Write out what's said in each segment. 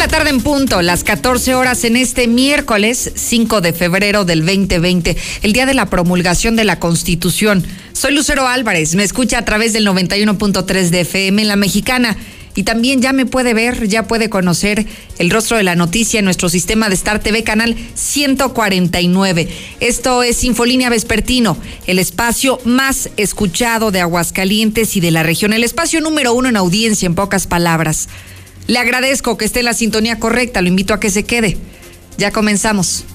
la tarde en punto, las 14 horas en este miércoles 5 de febrero del 2020, el día de la promulgación de la Constitución. Soy Lucero Álvarez, me escucha a través del 91.3 de FM en La Mexicana y también ya me puede ver, ya puede conocer el rostro de la noticia en nuestro sistema de Star TV, canal 149. Esto es Infolínea Vespertino, el espacio más escuchado de Aguascalientes y de la región, el espacio número 1 en audiencia, en pocas palabras. Le agradezco que esté en la sintonía correcta, lo invito a que se quede. Ya comenzamos.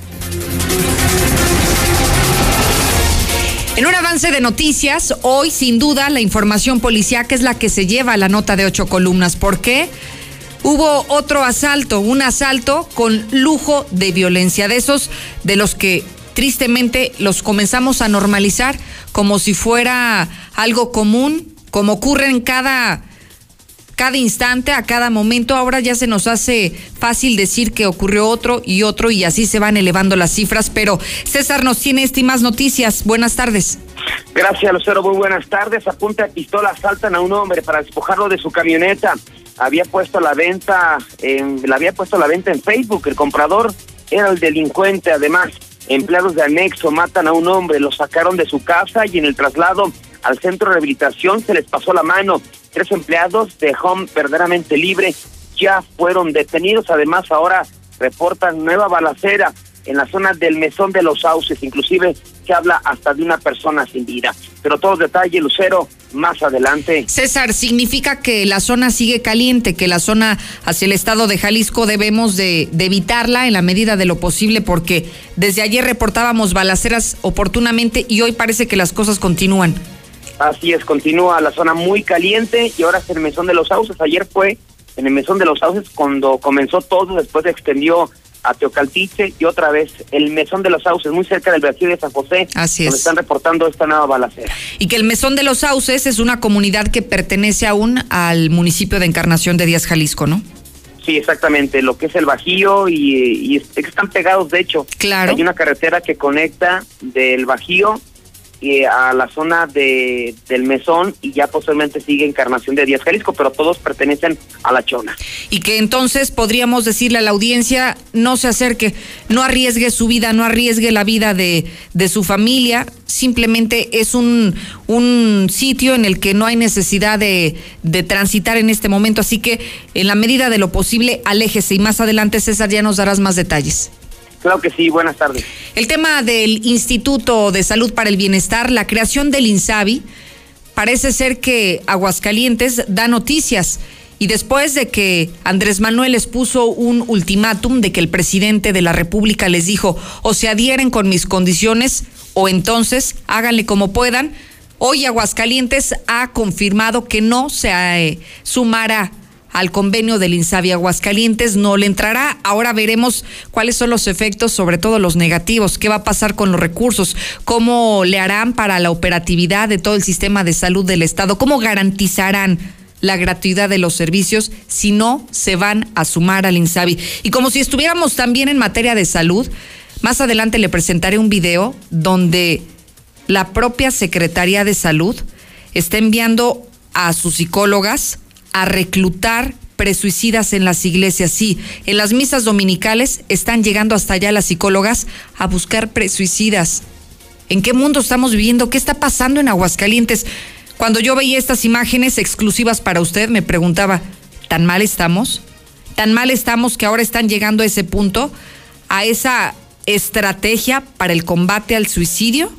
En un avance de noticias, hoy sin duda la información policíaca es la que se lleva a la nota de 8 columnas. ¿Por qué? Hubo otro asalto, un asalto con lujo de violencia, de esos de los que tristemente los comenzamos a normalizar como si fuera algo común, como ocurre en cada instante, a cada momento. Ahora ya se nos hace fácil decir que ocurrió otro y así se van elevando las cifras, pero César nos tiene más noticias. Buenas tardes. Gracias, Lucero, muy buenas tardes. A punta de pistola asaltan a un hombre para despojarlo de su camioneta. La había puesto a la venta en Facebook. El comprador era el delincuente. Además, empleados de anexo matan a un hombre, lo sacaron de su casa y en el traslado al centro de rehabilitación se les pasó la mano. 3 empleados de Home verdaderamente libre ya fueron detenidos. Además, ahora reportan nueva balacera en la zona del Mesón de los Sauces. Inclusive se habla hasta de una persona sin vida. Pero todos los detalles, Lucero, más adelante. César, significa que la zona sigue caliente, que la zona hacia el estado de Jalisco debemos de evitarla en la medida de lo posible, porque desde ayer reportábamos balaceras oportunamente y hoy parece que las cosas continúan. Así es, continúa la zona muy caliente y ahora es el Mesón de los Sauces. Ayer fue en el Mesón de los Sauces cuando comenzó todo, después se extendió a Teocaltiche y otra vez el Mesón de los Sauces, muy cerca del Brasil de San José. Así es. Donde están reportando esta nueva balacera. Y que el Mesón de los Sauces es una comunidad que pertenece aún al municipio de Encarnación de Díaz, Jalisco, ¿no? Sí, exactamente, lo que es el Bajío y están pegados, de hecho. Claro. Hay una carretera que conecta del Bajío a la zona del Mesón y ya posiblemente sigue Encarnación de Díaz, Jalisco, pero todos pertenecen a la Chona. Y que entonces podríamos decirle a la audiencia, no se acerque, no arriesgue su vida, no arriesgue la vida de su familia, simplemente es un sitio en el que no hay necesidad de transitar en este momento, así que en la medida de lo posible, aléjese. Y más adelante, César, ya nos darás más detalles. Claro que sí, buenas tardes. El tema del Instituto de Salud para el Bienestar, la creación del INSABI, parece ser que Aguascalientes da noticias. Y después de que Andrés Manuel les puso un ultimátum de que el presidente de la República les dijo, o se adhieren con mis condiciones o entonces háganle como puedan, hoy Aguascalientes ha confirmado que no se sumará al convenio del INSABI. Aguascalientes no le entrará. Ahora veremos cuáles son los efectos, sobre todo los negativos, qué va a pasar con los recursos, cómo le harán para la operatividad de todo el sistema de salud del estado, cómo garantizarán la gratuidad de los servicios si no se van a sumar al INSABI. Y como si estuviéramos también en materia de salud, más adelante le presentaré un video donde la propia Secretaría de Salud está enviando a sus psicólogas a reclutar presuicidas en las iglesias. Sí, en las misas dominicales están llegando hasta allá las psicólogas a buscar presuicidas. ¿En qué mundo estamos viviendo? ¿Qué está pasando en Aguascalientes? Cuando yo veía estas imágenes exclusivas para usted, me preguntaba, ¿tan mal estamos? ¿Tan mal estamos que ahora están llegando a ese punto, a esa estrategia para el combate al suicidio?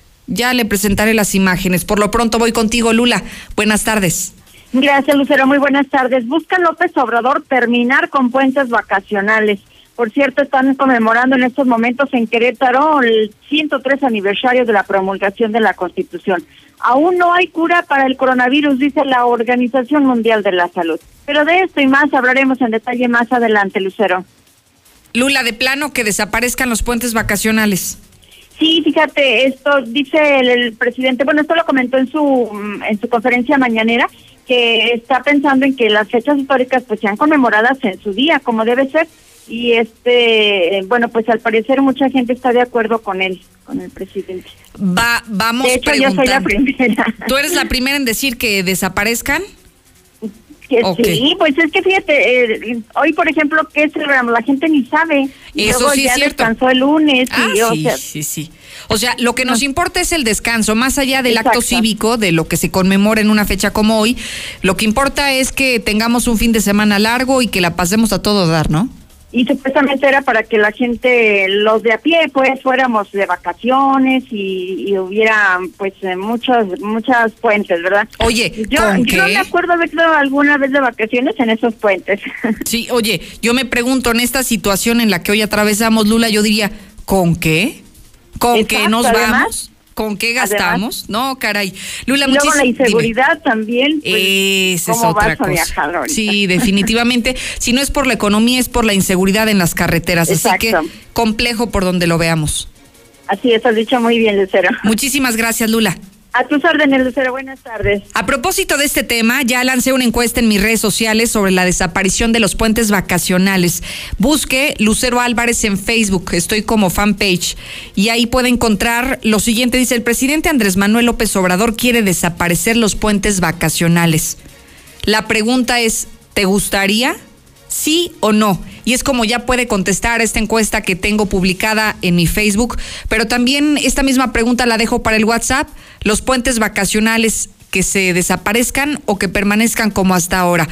Ya le presentaré las imágenes. Por lo pronto voy contigo, Lula. Buenas tardes. Gracias, Lucero. Muy buenas tardes. Busca López Obrador terminar con puentes vacacionales. Por cierto, están conmemorando en estos momentos en Querétaro el 103 aniversario de la promulgación de la Constitución. Aún no hay cura para el coronavirus, dice la Organización Mundial de la Salud. Pero de esto y más hablaremos en detalle más adelante, Lucero. Lula, de plano que desaparezcan los puentes vacacionales. Sí, fíjate, esto dice el presidente, bueno, esto lo comentó en su conferencia mañanera, que está pensando en que las fechas históricas pues sean conmemoradas en su día, como debe ser, y bueno, pues al parecer mucha gente está de acuerdo con él, con el presidente. Vamos de hecho, yo soy la primera. ¿Tú eres la primera en decir que desaparezcan? Okay. Sí, pues es que fíjate, hoy por ejemplo, ¿qué celebramos? La gente ni sabe. Eso luego sí ya es cierto. descansó el lunes. Sí. O sea, lo que nos importa es el descanso, más allá del acto Exacto. cívico, de lo que se conmemora en una fecha como hoy, lo que importa es que tengamos un fin de semana largo y que la pasemos a todo dar, ¿no? Y supuestamente era para que la gente, los de a pie, pues fuéramos de vacaciones y hubiera pues muchas puentes, ¿verdad? Oye, yo no me acuerdo haber ido alguna vez de vacaciones en esos puentes. Sí, oye, yo me pregunto, en esta situación en la que hoy atravesamos, Lula, yo diría, ¿con qué? ¿Con Exacto, qué nos además, vamos? ¿Con qué gastamos? No, caray. Lula, y luego la muchísimas. inseguridad también. Pues, esa es ¿cómo otra vas a viajar cosa. ahorita? Sí, definitivamente. Si no es por la economía, es por la inseguridad en las carreteras. Exacto. Así que complejo por donde lo veamos. Así es, has dicho muy bien, Lucero. Muchísimas gracias, Lula. A tus órdenes, Lucero, buenas tardes. A propósito de este tema, ya lancé una encuesta en mis redes sociales sobre la desaparición de los puentes vacacionales. Busque Lucero Álvarez en Facebook, estoy como fanpage, y ahí puede encontrar lo siguiente. Dice, el presidente Andrés Manuel López Obrador quiere desaparecer los puentes vacacionales. La pregunta es, ¿te gustaría? ¿Sí o no? Y es como ya puede contestar esta encuesta que tengo publicada en mi Facebook, pero también esta misma pregunta la dejo para el WhatsApp. Los puentes vacacionales, que se desaparezcan o que permanezcan como hasta ahora.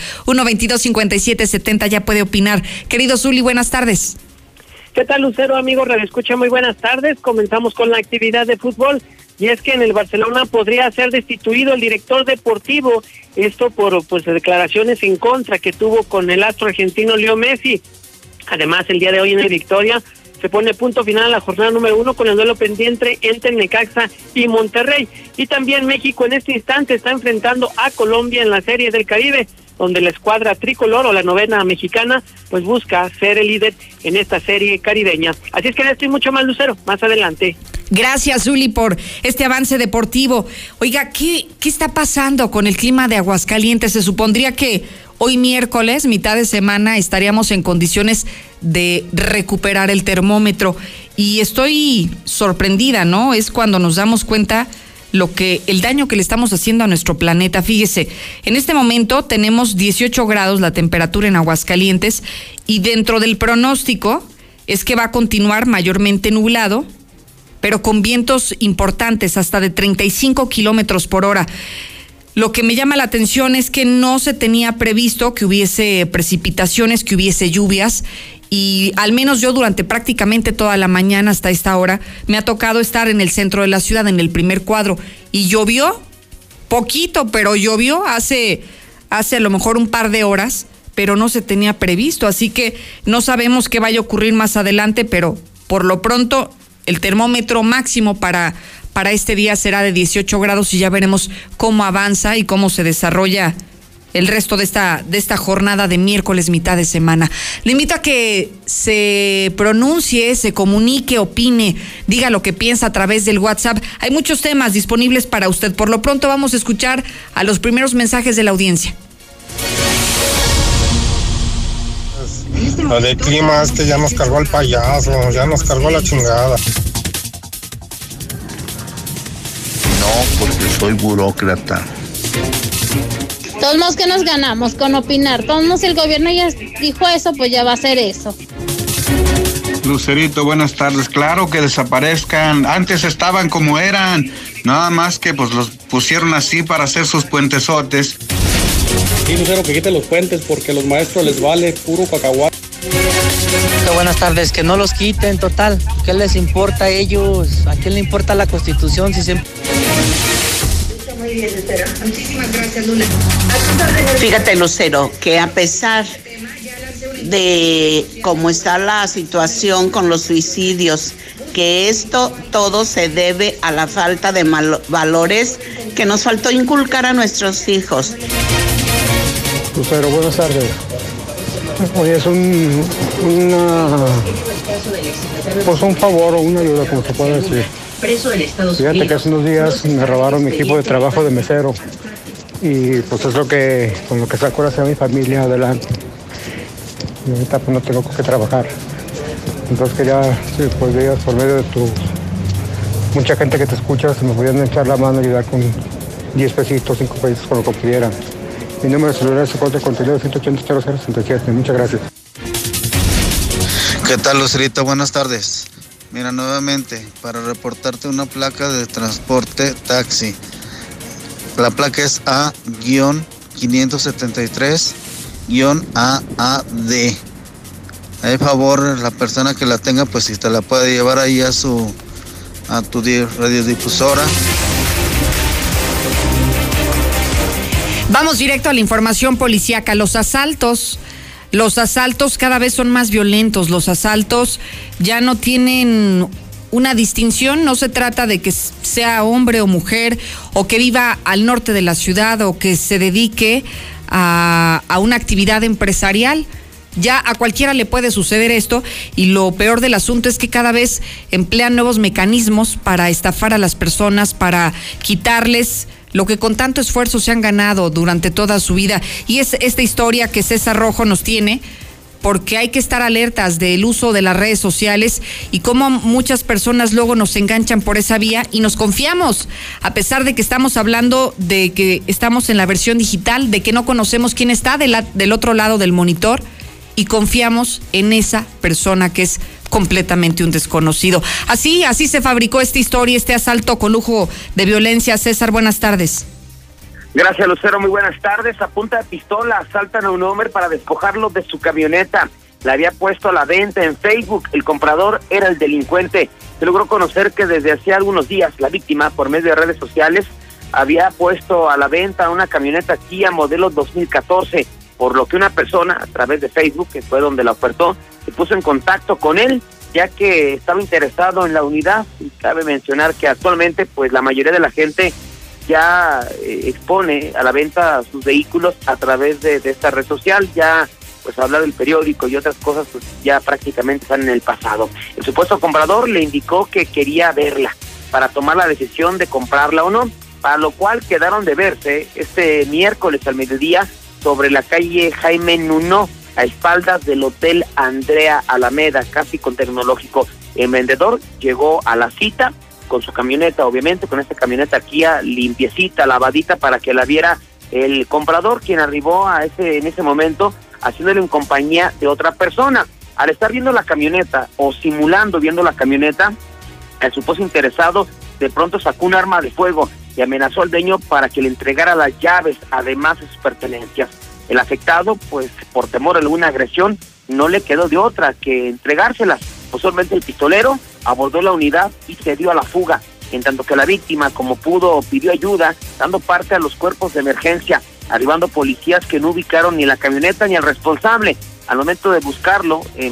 1-22-57-70 ya puede opinar. Querido Zuli, buenas tardes. ¿Qué tal, Lucero, amigo Radio Escucha? Muy buenas tardes. Comenzamos con la actividad de fútbol. Y es que en el Barcelona podría ser destituido el director deportivo. Esto por declaraciones en contra que tuvo con el astro argentino Leo Messi. Además, el día de hoy en el Victoria se pone punto final a la jornada número 1 con el duelo pendiente entre Necaxa y Monterrey. Y también México en este instante está enfrentando a Colombia en la Serie del Caribe, donde la escuadra tricolor o la novena mexicana pues busca ser el líder en esta serie caribeña. Así es que estoy mucho más, Lucero, más adelante. Gracias, Zuli, por este avance deportivo. Oiga, ¿qué está pasando con el clima de Aguascalientes? Se supondría que hoy miércoles, mitad de semana, estaríamos en condiciones de recuperar el termómetro. Y estoy sorprendida, ¿no? Es cuando nos damos cuenta el daño que le estamos haciendo a nuestro planeta. Fíjese, en este momento tenemos 18 grados la temperatura en Aguascalientes y dentro del pronóstico es que va a continuar mayormente nublado, pero con vientos importantes, hasta de 35 kilómetros por hora. Lo que me llama la atención es que no se tenía previsto que hubiese precipitaciones, que hubiese lluvias, y al menos yo durante prácticamente toda la mañana hasta esta hora me ha tocado estar en el centro de la ciudad, en el primer cuadro, y llovió poquito, pero llovió hace a lo mejor un par de horas, pero no se tenía previsto, así que no sabemos qué vaya a ocurrir más adelante, pero por lo pronto el termómetro máximo para este día será de 18 grados y ya veremos cómo avanza y cómo se desarrolla el resto de esta jornada de miércoles, mitad de semana. Le invito a que se pronuncie, se comunique, opine, diga lo que piensa a través del WhatsApp. Hay muchos temas disponibles para usted. Por lo pronto vamos a escuchar a los primeros mensajes de la audiencia. Lo del clima ya nos cargó el payaso, ya nos cargó la chingada. No, porque soy burócrata. Todos modos que nos ganamos con opinar. Todos modos, el gobierno ya dijo eso, pues ya va a hacer eso. Lucerito, buenas tardes. Claro que desaparezcan. Antes estaban como eran. Nada más que pues los pusieron así para hacer sus puentesotes. Sí, Lucero, que quiten los puentes porque a los maestros les vale puro cacahuate. Buenas tardes, que no los quiten, total. ¿Qué les importa a ellos? ¿A quién le importa la Constitución si siempre... Muy bien, Lucero. Muchísimas gracias, Lula. Fíjate, Lucero, que a pesar de cómo está la situación con los suicidios, que esto todo se debe a la falta de valores que nos faltó inculcar a nuestros hijos. Lucero, buenas tardes. Oye, es un favor o una ayuda, como se puede decir. Fíjate que hace unos días me robaron mi equipo de trabajo de mesero y pues es con lo que saco hacia mi familia adelante. Y ahorita pues no tengo con qué trabajar. Entonces quería, si podrías, por medio de mucha gente que te escucha, se me pudieran echar la mano y ayudar con 10 pesitos, 5 pesitos, con lo que pudieran. Mi número de celular es 449-180-0067. Muchas gracias. ¿Qué tal, Lucerito? Buenas tardes. Mira, nuevamente, para reportarte una placa de transporte taxi. La placa es A-573-AAD. Hay favor, la persona que la tenga, pues si te la puede llevar ahí a tu radiodifusora. Vamos directo a la información policíaca. Los asaltos cada vez son más violentos. Los asaltos ya no tienen una distinción. No se trata de que sea hombre o mujer, o que viva al norte de la ciudad, o que se dedique a una actividad empresarial. Ya a cualquiera le puede suceder esto, y lo peor del asunto es que cada vez emplean nuevos mecanismos para estafar a las personas, para quitarles lo que con tanto esfuerzo se han ganado durante toda su vida. Y es esta historia que César Rojo nos tiene, porque hay que estar alertas del uso de las redes sociales y cómo muchas personas luego nos enganchan por esa vía y nos confiamos, a pesar de que estamos hablando de que estamos en la versión digital, de que no conocemos quién está del otro lado del monitor, y confiamos en esa persona que es completamente un desconocido. Así se fabricó esta historia, este asalto con lujo de violencia. César, buenas tardes. Gracias, Lucero, muy buenas tardes. A punta de pistola asaltan a un hombre para despojarlo de su camioneta. La había puesto a la venta en Facebook. El comprador era el delincuente. Se logró conocer que desde hacía algunos días la víctima, por medio de redes sociales, había puesto a la venta una camioneta Kia modelo 2014, por lo que una persona a través de Facebook, que fue donde la ofertó, se puso en contacto con él, ya que estaba interesado en la unidad. Y cabe mencionar que actualmente pues la mayoría de la gente ya expone a la venta sus vehículos a través de esta red social. Ya pues hablar del periódico y otras cosas pues ya prácticamente están en el pasado. El supuesto comprador le indicó que quería verla para tomar la decisión de comprarla o no, para lo cual quedaron de verse este miércoles al mediodía sobre la calle Jaime Nuno, a espaldas del Hotel Andrea Alameda, casi con Tecnológico. El vendedor llegó a la cita con su camioneta, obviamente, con esta camioneta Kia limpiecita, lavadita, para que la viera el comprador, quien arribó en ese momento, haciéndole en compañía de otra persona. Al estar viendo la camioneta, o simulando viendo la camioneta, el supuesto interesado de pronto sacó un arma de fuego y amenazó al dueño para que le entregara las llaves, además de sus pertenencias. El afectado, pues por temor a alguna agresión, no le quedó de otra que entregárselas. Posteriormente el pistolero abordó la unidad y se dio a la fuga, en tanto que la víctima, como pudo, pidió ayuda, dando parte a los cuerpos de emergencia, arribando policías que no ubicaron ni la camioneta ni al responsable. Al momento de buscarlo en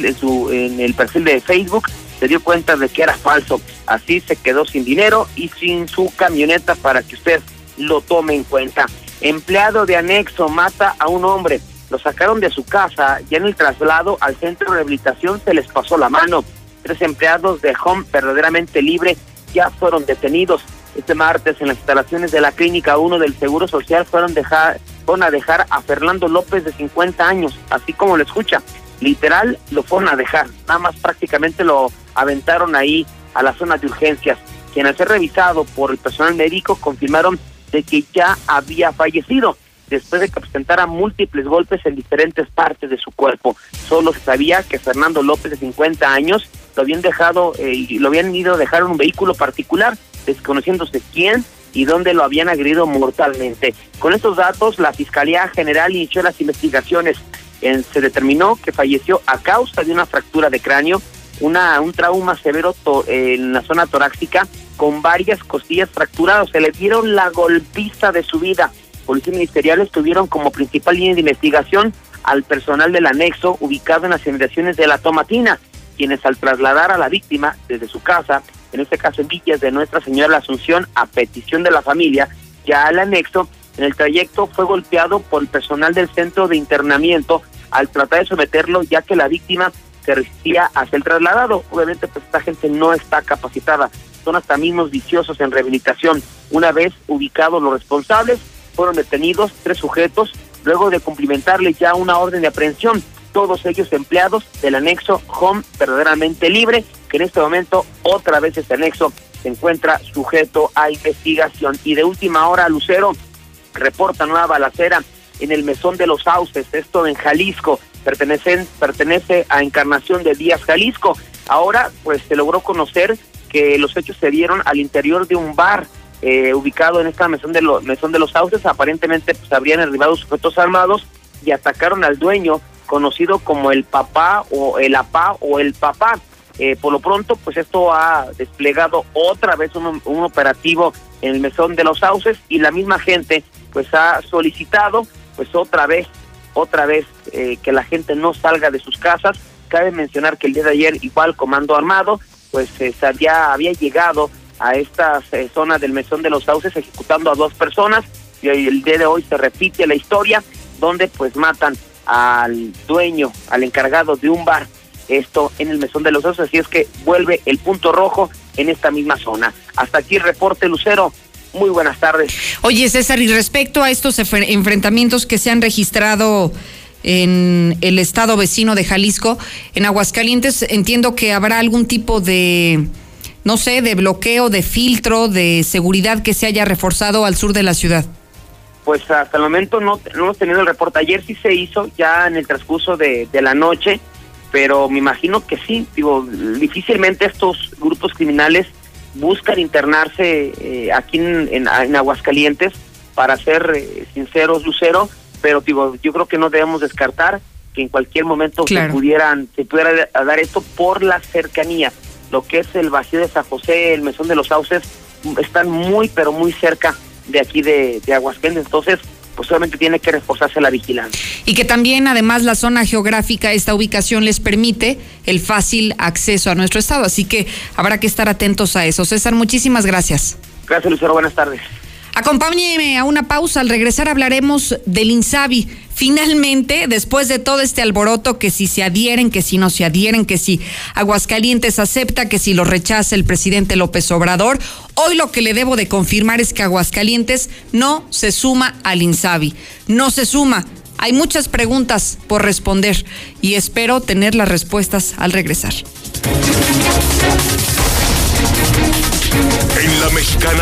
el perfil de Facebook, se dio cuenta de que era falso. Así se quedó sin dinero y sin su camioneta, para que usted lo tome en cuenta. Empleado de anexo mata a un hombre. Lo sacaron de su casa. Ya en el traslado al centro de rehabilitación se les pasó la mano. 3 empleados de Home Verdaderamente Libre ya fueron detenidos. Este martes, en las instalaciones de la Clínica 1 del Seguro Social, fueron a dejar a Fernando López, de 50 años, así como lo escucha. Literal, lo fueron a dejar, nada más prácticamente lo aventaron ahí a la zona de urgencias. Quien, al ser revisado por el personal médico, confirmaron de que ya había fallecido, después de que presentara múltiples golpes en diferentes partes de su cuerpo. Solo se sabía que Fernando López, de 50 años, lo habían ido a dejar en un vehículo particular, desconociéndose quién y dónde lo habían agredido mortalmente. Con estos datos, la Fiscalía General inició las investigaciones. Se determinó que falleció a causa de una fractura de cráneo, un trauma severo en la zona torácica, con varias costillas fracturadas. Se le dieron la golpiza de su vida. Policías ministeriales tuvieron como principal línea de investigación al personal del anexo ubicado en las inmediaciones de La Tomatina, quienes, al trasladar a la víctima desde su casa, en este caso en Villas de Nuestra Señora de la Asunción, a petición de la familia, ya al anexo, en el trayecto fue golpeado por el personal del centro de internamiento al tratar de someterlo, ya que la víctima se resistía a ser trasladado. Obviamente, pues esta gente no está capacitada, son hasta mismos viciosos en rehabilitación. Una vez ubicados los responsables, fueron detenidos 3 sujetos, luego de cumplimentarles ya una orden de aprehensión, todos ellos empleados del anexo Home Verdaderamente Libre, que en este momento otra vez este anexo se encuentra sujeto a investigación. Y de última hora, Lucero, reporta nueva balacera en el Mesón de los Sauces, esto en Jalisco, pertenece a Encarnación de Díaz, Jalisco. Ahora, pues se logró conocer que los hechos se dieron al interior de un bar ubicado en esta Mesón de los Sauces. Aparentemente, pues habrían derribado sujetos armados y atacaron al dueño, conocido como el papá o el apá o el papá. Por lo pronto, pues esto ha desplegado otra vez un operativo en el Mesón de los Sauces, y la misma gente pues ha solicitado pues otra vez que la gente no salga de sus casas. Cabe mencionar que el día de ayer igual Comando Armado pues ya había llegado a esta zona del Mesón de los Sauces ejecutando a 2 personas, y el día de hoy se repite la historia donde pues matan al dueño, al encargado de un bar, esto en el Mesón de los Sauces. Así es que vuelve el punto rojo en esta misma zona. Hasta aquí el reporte, Lucero. Muy buenas tardes. Oye, César, y respecto a estos enfrentamientos que se han registrado en el estado vecino de Jalisco, en Aguascalientes, entiendo que habrá algún tipo de, no sé, de bloqueo, de filtro, de seguridad que se haya reforzado al sur de la ciudad. Pues hasta el momento no hemos tenido el reporte. Ayer sí se hizo, ya en el transcurso de la noche, pero me imagino que sí. Digo, difícilmente estos grupos criminales buscan internarse aquí en Aguascalientes, para ser sinceros, Lucero, pero digo, yo creo que no debemos descartar que en cualquier momento se pudiera dar esto por la cercanía. Lo que es el Bajío de San José, el Mesón de los Sauces, están muy, pero muy cerca de aquí de Aguascalientes. Entonces, pues solamente tiene que reforzarse la vigilancia. Y que también, además, la zona geográfica, esta ubicación les permite el fácil acceso a nuestro estado, así que habrá que estar atentos a eso. César, muchísimas gracias. Gracias, Lucero, buenas tardes. Acompáñeme a una pausa. Al regresar hablaremos del INSABI. Finalmente, después de todo este alboroto, que si se adhieren, que si no se adhieren, que si Aguascalientes acepta, que si lo rechaza el presidente López Obrador, hoy lo que le debo de confirmar es que Aguascalientes no se suma al INSABI. No se suma. Hay muchas preguntas por responder y espero tener las respuestas al regresar. En la Mexicana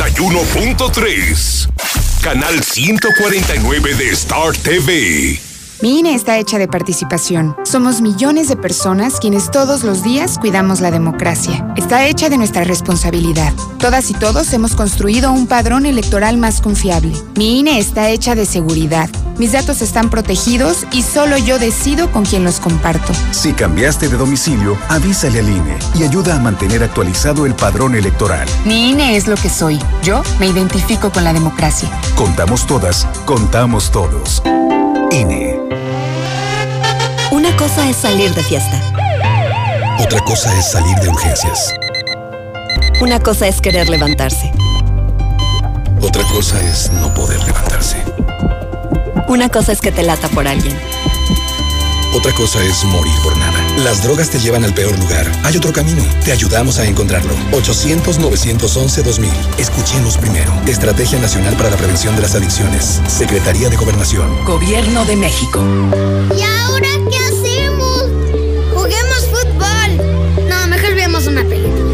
91.3, canal 149 de Star TV. Mi INE está hecha de participación. Somos millones de personas quienes todos los días cuidamos la democracia. Está hecha de nuestra responsabilidad. Todas y todos hemos construido un padrón electoral más confiable. Mi INE está hecha de seguridad. Mis datos están protegidos y solo yo decido con quién los comparto. Si cambiaste de domicilio, avísale al INE y ayuda a mantener actualizado el padrón electoral. Mi INE es lo que soy. Yo me identifico con la democracia. Contamos todas, contamos todos. INE. Una cosa es salir de fiesta. Otra cosa es salir de urgencias. Una cosa es querer levantarse. Otra cosa es no poder levantarse. Una cosa es que te lata por alguien. Otra cosa es morir por nada. Las drogas te llevan al peor lugar. Hay otro camino. Te ayudamos a encontrarlo. 800-911-2000. Escuchemos primero. Estrategia Nacional para la Prevención de las Adicciones. Secretaría de Gobernación. Gobierno de México. ¿Y ahora qué hacemos? Juguemos fútbol. No, mejor veamos una película.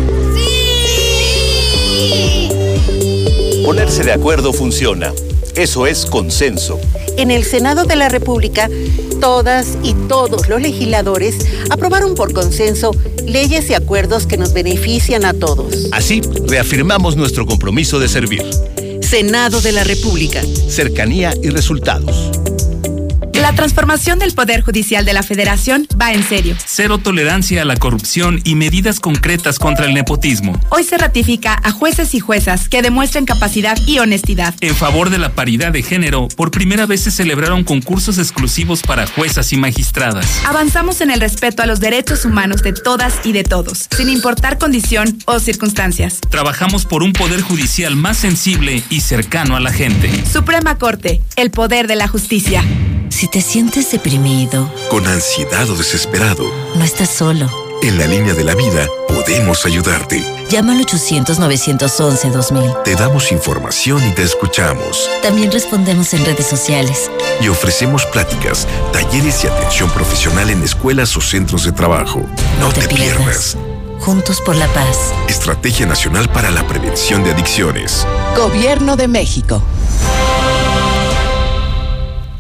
¡Sí! Ponerse de acuerdo funciona. Eso es consenso. En el Senado de la República, todas y todos los legisladores aprobaron por consenso leyes y acuerdos que nos benefician a todos. Así, reafirmamos nuestro compromiso de servir. Senado de la República. Cercanía y resultados. La transformación del Poder Judicial de la Federación va en serio. Cero tolerancia a la corrupción y medidas concretas contra el nepotismo. Hoy se ratifica a jueces y juezas que demuestren capacidad y honestidad. En favor de la paridad de género, por primera vez se celebraron concursos exclusivos para juezas y magistradas. Avanzamos en el respeto a los derechos humanos de todas y de todos, sin importar condición o circunstancias. Trabajamos por un Poder Judicial más sensible y cercano a la gente. Suprema Corte, el poder de la justicia. Si te sientes deprimido, con ansiedad o desesperado, no estás solo. En la línea de la vida podemos ayudarte. Llama al 800-911-2000. Te damos información y te escuchamos. También respondemos en redes sociales. Y ofrecemos pláticas, talleres y atención profesional en escuelas o centros de trabajo. No te pierdas. Juntos por la paz. Estrategia Nacional para la Prevención de Adicciones. Gobierno de México.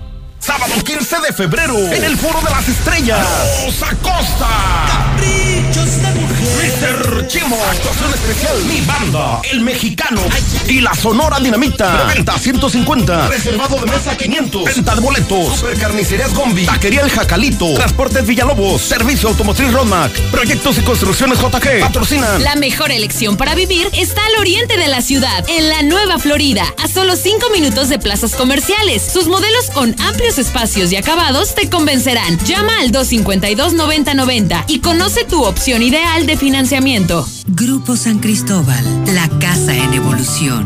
de febrero en el Foro de las Estrellas. Rosa Costa. Caprichos de mujer. Mr. Chimo. Actuación especial. Mi banda. El Mexicano. Y la Sonora Dinamita. Reventa 150. Reservado de mesa 500. Venta de boletos. Supercarnicerías Gombi. Taquería El Jacalito. Transportes Villalobos. Servicio Automotriz Rodmac. Proyectos y construcciones JG. Patrocinan. La mejor elección para vivir está al oriente de la ciudad, en la Nueva Florida, a solo 5 minutos de plazas comerciales. Sus modelos con amplios espacios y acabados te convencerán. Llama al 252-9090 y conoce tu opción ideal de financiamiento. Grupo San Cristóbal, la casa en evolución.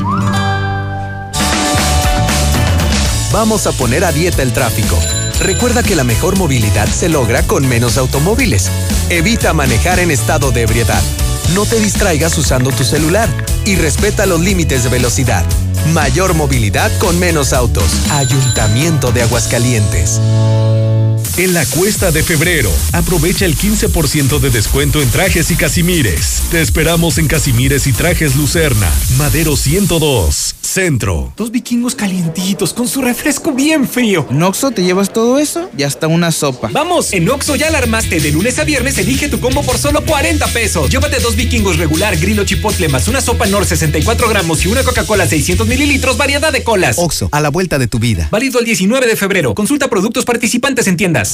Vamos a poner a dieta el tráfico. Recuerda que la mejor movilidad se logra con menos automóviles. Evita manejar en estado de ebriedad. No te distraigas usando tu celular y respeta los límites de velocidad. Mayor movilidad con menos autos. Ayuntamiento de Aguascalientes. En la Cuesta de Febrero, aprovecha el 15% de descuento en trajes y casimires. Te esperamos en Casimires y Trajes Lucerna, Madero 102, Centro. 2 vikingos calientitos con su refresco bien frío. ¿En Oxxo te llevas todo eso? Y hasta una sopa. ¡Vamos! En Oxxo ya la armaste. De lunes a viernes elige tu combo por solo 40 pesos. Llévate 2 vikingos regular, grillo chipotle, más una sopa Nor 64 gramos y una Coca-Cola 600 mililitros, variedad de colas. Oxxo, a la vuelta de tu vida. Válido el 19 de febrero. Consulta productos participantes en tiendas.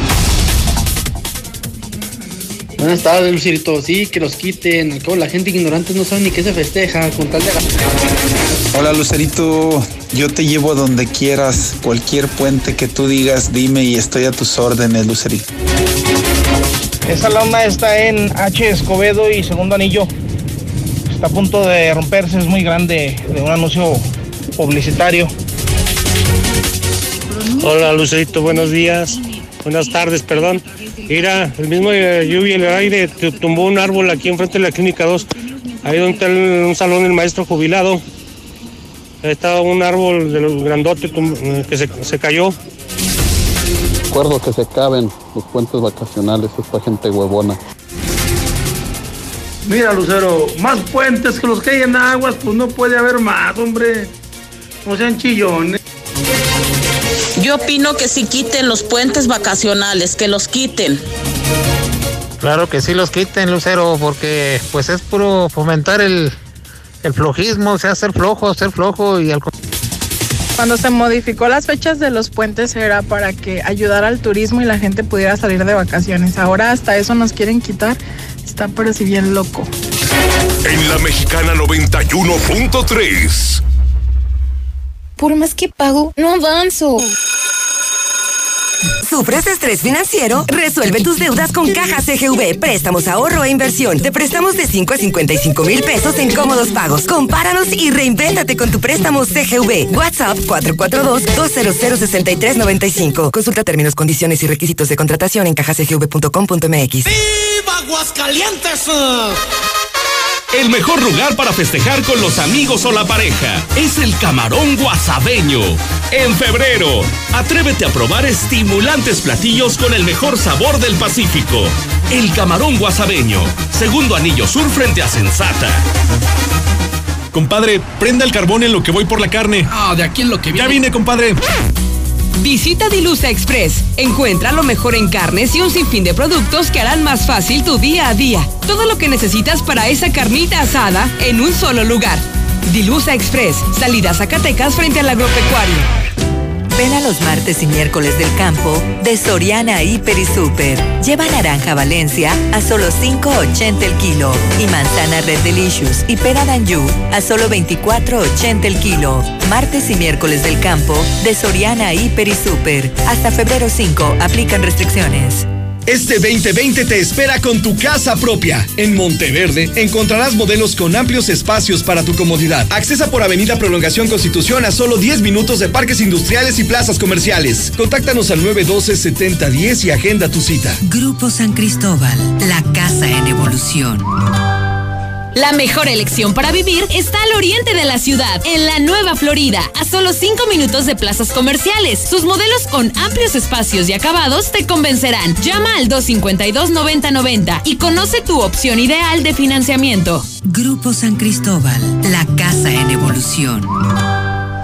Buenas tardes, Lucerito. Sí, que los quiten. Al cabo, la gente ignorante no sabe ni qué se festeja con tal de... Hola, Lucerito. Yo te llevo a donde quieras. Cualquier puente que tú digas, dime y estoy a tus órdenes, Lucerito. Esa loma está en H. Escobedo y Segundo Anillo. Está a punto de romperse, es muy grande, de un anuncio publicitario. Hola, Lucerito, buenos días. Buenas tardes, perdón. Mira, el mismo lluvia y el aire tumbó un árbol aquí enfrente de la Clínica 2. Ahí donde está un salón del maestro jubilado. Ahí estaba un árbol de los grandote que se cayó. Recuerdo que se caben los puentes vacacionales, esta gente huevona. Mira, Lucero, más puentes que los que hay en Aguas, pues no puede haber más, hombre. No sean chillones. Yo opino que sí quiten los puentes vacacionales, que los quiten. Claro que sí los quiten, Lucero, porque pues es puro fomentar el flojismo, o sea, ser flojo y al... Cuando se modificó las fechas de los puentes era para que ayudara al turismo y la gente pudiera salir de vacaciones. Ahora hasta eso nos quieren quitar. Está pero si bien loco. En la Mexicana 91.3. Por más que pago, no avanzo. ¿Sufres estrés financiero? Resuelve tus deudas con Caja CGV. Préstamos, ahorro e inversión. Te prestamos de 5 a 55 mil pesos en cómodos pagos. Compáranos y reinvéntate con tu préstamo CGV. WhatsApp 442-200-6395. Consulta términos, condiciones y requisitos de contratación en cajacgv.com.mx. ¡Viva Aguascalientes! El mejor lugar para festejar con los amigos o la pareja es el Camarón Guasabeño. En febrero, atrévete a probar estimulantes platillos con el mejor sabor del Pacífico. El Camarón Guasabeño, Segundo Anillo Sur frente a Sensata. Compadre, prenda el carbón en lo que voy por la carne. De aquí en lo que viene. Ya vine, compadre. Visita Dilusa Express. Encuentra lo mejor en carnes y un sinfín de productos que harán más fácil tu día a día. Todo lo que necesitas para esa carnita asada en un solo lugar. Dilusa Express, salida a Zacatecas frente al agropecuario. Ven a los martes y miércoles del campo de Soriana Hiper y Super. Lleva naranja Valencia a solo $5.80 el kilo y manzana Red Delicious y pera Danju a solo $24.80 el kilo. Martes y miércoles del campo de Soriana Hiper y Super. Hasta febrero 5 aplican restricciones. Este 2020 te espera con tu casa propia. En Monteverde encontrarás modelos con amplios espacios para tu comodidad. Accesa por Avenida Prolongación Constitución a solo 10 minutos de parques industriales y plazas comerciales. Contáctanos al 912-7010 y agenda tu cita. Grupo San Cristóbal, la casa en evolución. La mejor elección para vivir está al oriente de la ciudad, en la Nueva Florida, a solo 5 minutos de plazas comerciales. Sus modelos con amplios espacios y acabados te convencerán. Llama al 252-9090 y conoce tu opción ideal de financiamiento. Grupo San Cristóbal, la casa en evolución.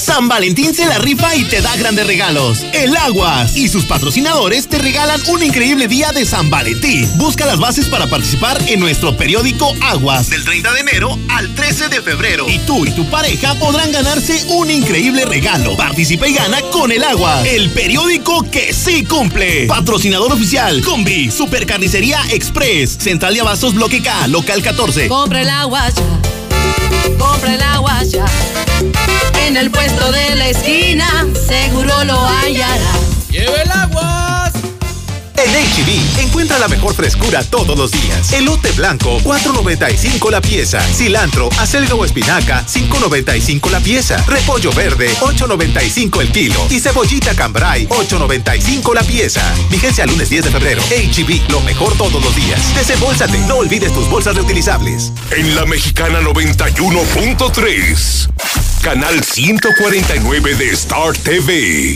San Valentín se la rifa y te da grandes regalos. El Aguas y sus patrocinadores te regalan un increíble día de San Valentín. Busca las bases para participar en nuestro periódico Aguas del 30 de enero al 13 de febrero. Y tú y tu pareja podrán ganarse un increíble regalo. Participa y gana con el Aguas, el periódico que sí cumple. Patrocinador oficial: Combi, Supercarnicería Express, Central de Abastos Bloque K, Local 14. Compra el Aguas ya, compra el Aguas ya. En el puesto de la esquina, seguro lo hallará. ¡Lleva el Aguas! En H-E-B, encuentra la mejor frescura todos los días. Elote blanco, $4.95 la pieza. Cilantro, acelga o espinaca, $5.95 la pieza. Repollo verde, $8.95 el kilo. Y cebollita cambray, $8.95 la pieza. Vigencia al lunes 10 de febrero. H-E-B, lo mejor todos los días. Desembolsate, no olvides tus bolsas reutilizables. En la Mexicana 91.3, canal 149 de Star TV.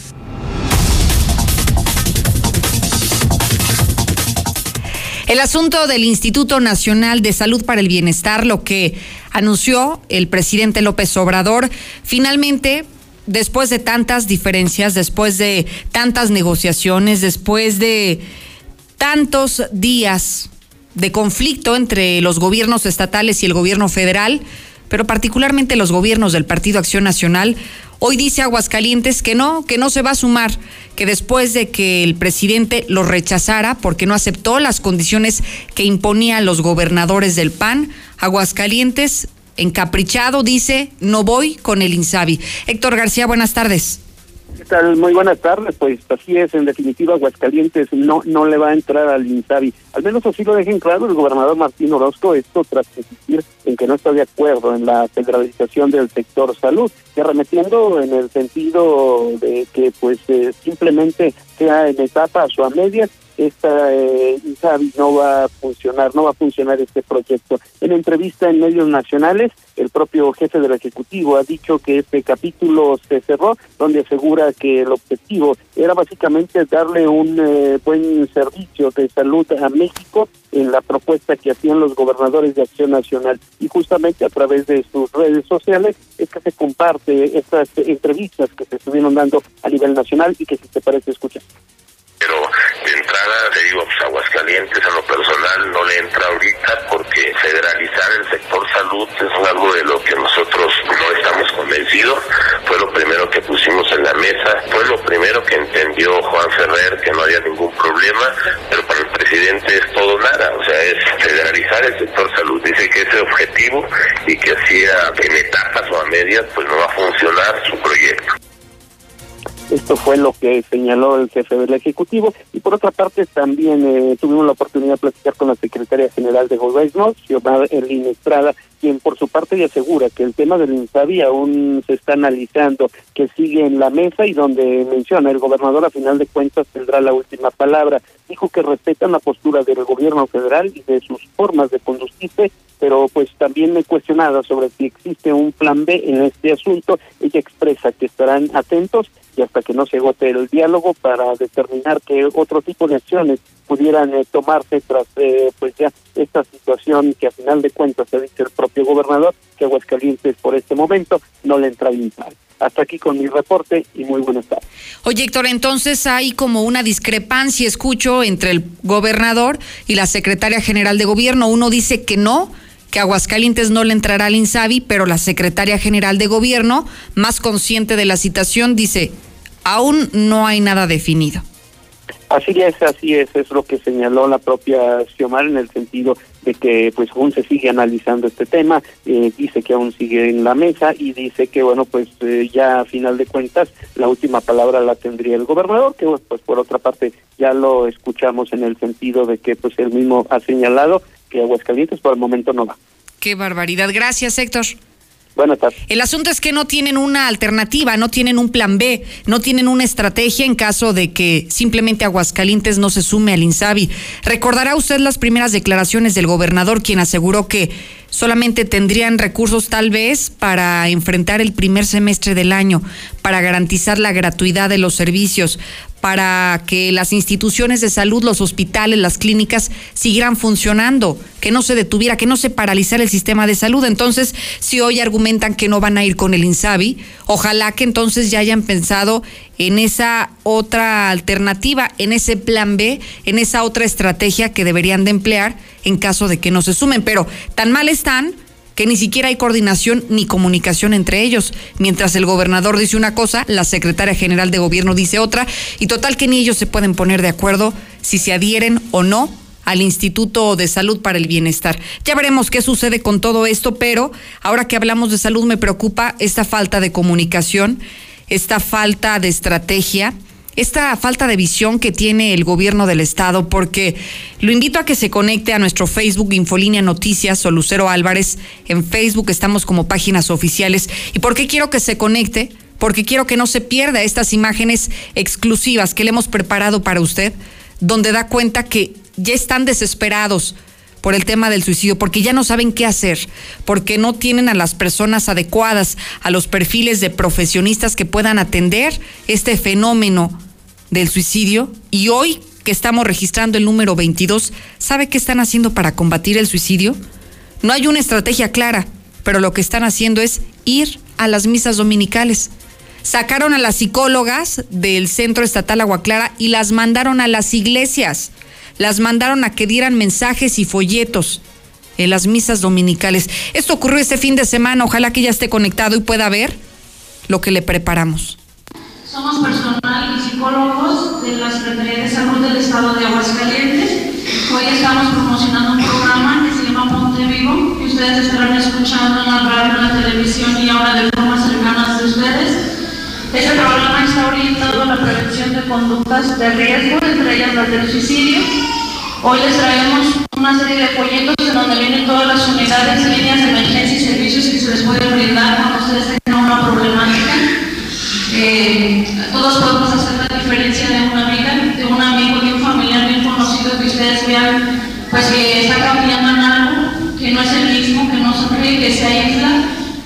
El asunto del Instituto Nacional de Salud para el Bienestar, lo que anunció el presidente López Obrador, finalmente, después de tantas diferencias, después de tantas negociaciones, después de tantos días de conflicto entre los gobiernos estatales y el gobierno federal, pero particularmente los gobiernos del Partido Acción Nacional, hoy dice Aguascalientes que no se va a sumar, que después de que el presidente lo rechazara porque no aceptó las condiciones que imponían los gobernadores del PAN, Aguascalientes, encaprichado, dice: no voy con el INSABI. Héctor García, buenas tardes. ¿Qué tal? Muy buenas tardes. Pues así es, en definitiva, Aguascalientes no le va a entrar al INSABI. Al menos así lo dejen claro el gobernador Martín Orozco, esto tras insistir en que no está de acuerdo en la federalización del sector salud, y arremetiendo en el sentido de que pues simplemente sea en etapas o a medias, esta INSABI no va a funcionar este proyecto. En entrevista en medios nacionales, el propio jefe del Ejecutivo ha dicho que este capítulo se cerró, donde asegura que el objetivo era básicamente darle un buen servicio de salud a México en la propuesta que hacían los gobernadores de Acción Nacional. Y justamente a través de sus redes sociales es que se comparte estas entrevistas que se estuvieron dando a nivel nacional y que, si te parece, escuchar. Pero de entrada, te digo, pues Aguascalientes en lo personal no le entra ahorita porque federalizar el sector salud es algo de lo que nosotros no estamos convencidos. Fue lo primero que pusimos en la mesa, fue lo primero que entendió Juan Ferrer, que no había ningún problema, pero para el presidente es todo nada, o sea, es federalizar el sector salud. Dice que ese objetivo y que hacía en etapas o a medias, pues no va a funcionar su proyecto. Esto fue lo que señaló el jefe del Ejecutivo. Y por otra parte también tuvimos la oportunidad de platicar con la secretaria general de Gobierno, Xiomara Erlín Estrada, quien por su parte ya asegura que el tema del INSABI aún se está analizando, que sigue en la mesa y donde menciona el gobernador a final de cuentas tendrá la última palabra. Dijo que respetan la postura del gobierno federal y de sus formas de conducirse, pero pues también cuestionada sobre si existe un plan B en este asunto. Ella expresa que estarán atentos y hasta que no se agote el diálogo para determinar qué otro tipo de acciones pudieran tomarse tras pues ya esta situación que a final de cuentas se dice el propio gobernador que Aguascalientes por este momento no le entra bien. Hasta aquí con mi reporte y muy buenas tardes. Oye, Héctor, entonces hay como una discrepancia, escucho, entre el gobernador y la secretaria general de gobierno. Uno dice que no, que Aguascalientes no le entrará al INSABI, pero la secretaria general de gobierno, más consciente de la situación, dice: aún no hay nada definido. Así es lo que señaló la propia Xiomara, en el sentido de que pues aún se sigue analizando este tema, dice que aún sigue en la mesa y dice que bueno, pues ya a final de cuentas la última palabra la tendría el gobernador, que pues por otra parte ya lo escuchamos en el sentido de que pues él mismo ha señalado que Aguascalientes por el momento no va. Qué barbaridad. Gracias, Héctor. Buenas tardes. El asunto es que no tienen una alternativa, no tienen un plan B, no tienen una estrategia en caso de que simplemente Aguascalientes no se sume al INSABI. Recordará usted las primeras declaraciones del gobernador, quien aseguró que solamente tendrían recursos tal vez para enfrentar el primer semestre del año, para garantizar la gratuidad de los servicios, para que las instituciones de salud, los hospitales, las clínicas siguieran funcionando, que no se detuviera, que no se paralizara el sistema de salud. Entonces, si hoy argumentan que no van a ir con el INSABI, ojalá que entonces ya hayan pensado en esa otra alternativa, en ese plan B, en esa otra estrategia que deberían de emplear en caso de que no se sumen. Pero tan mal están que ni siquiera hay coordinación ni comunicación entre ellos. Mientras el gobernador dice una cosa, la secretaria general de gobierno dice otra, y total que ni ellos se pueden poner de acuerdo si se adhieren o no al Instituto de Salud para el Bienestar. Ya veremos qué sucede con todo esto, pero ahora que hablamos de salud me preocupa esta falta de comunicación, esta falta de estrategia, esta falta de visión que tiene el gobierno del estado, porque lo invito a que se conecte a nuestro Facebook Infolínea Noticias o Lucero Álvarez. En Facebook estamos como páginas oficiales. ¿Y por qué quiero que se conecte? Porque quiero que no se pierda estas imágenes exclusivas que le hemos preparado para usted, donde da cuenta que ya están desesperados por el tema del suicidio, porque ya no saben qué hacer, porque no tienen a las personas adecuadas, a los perfiles de profesionistas que puedan atender este fenómeno del suicidio. Y hoy que estamos registrando el número 22, ¿sabe qué están haciendo para combatir el suicidio? No hay una estrategia clara, pero lo que están haciendo es ir a las misas dominicales. Sacaron a las psicólogas del Centro Estatal Agua Clara y las mandaron a las iglesias. Las mandaron a que dieran mensajes y folletos en las misas dominicales. Esto ocurrió este fin de semana. Ojalá que ya esté conectado y pueda ver lo que le preparamos. Somos personal y psicólogos de la Secretaría de Salud del Estado de Aguascalientes. Hoy estamos promocionando un programa que se llama Ponte Vivo, que ustedes estarán escuchando en la radio, en la televisión y ahora de forma cercana de ustedes. Este programa está orientado a la prevención de conductas de riesgo, entre ellas las del suicidio. Hoy les traemos una serie de folletos en donde vienen todas las unidades, líneas de emergencia y servicios que se les pueden brindar cuando ustedes tengan una problemática. Todos podemos hacer la diferencia de una amiga, de un amigo, de un familiar bien conocido que ustedes vean pues que está cambiando en algo, que no es el mismo, que no sonríe, que se aísla,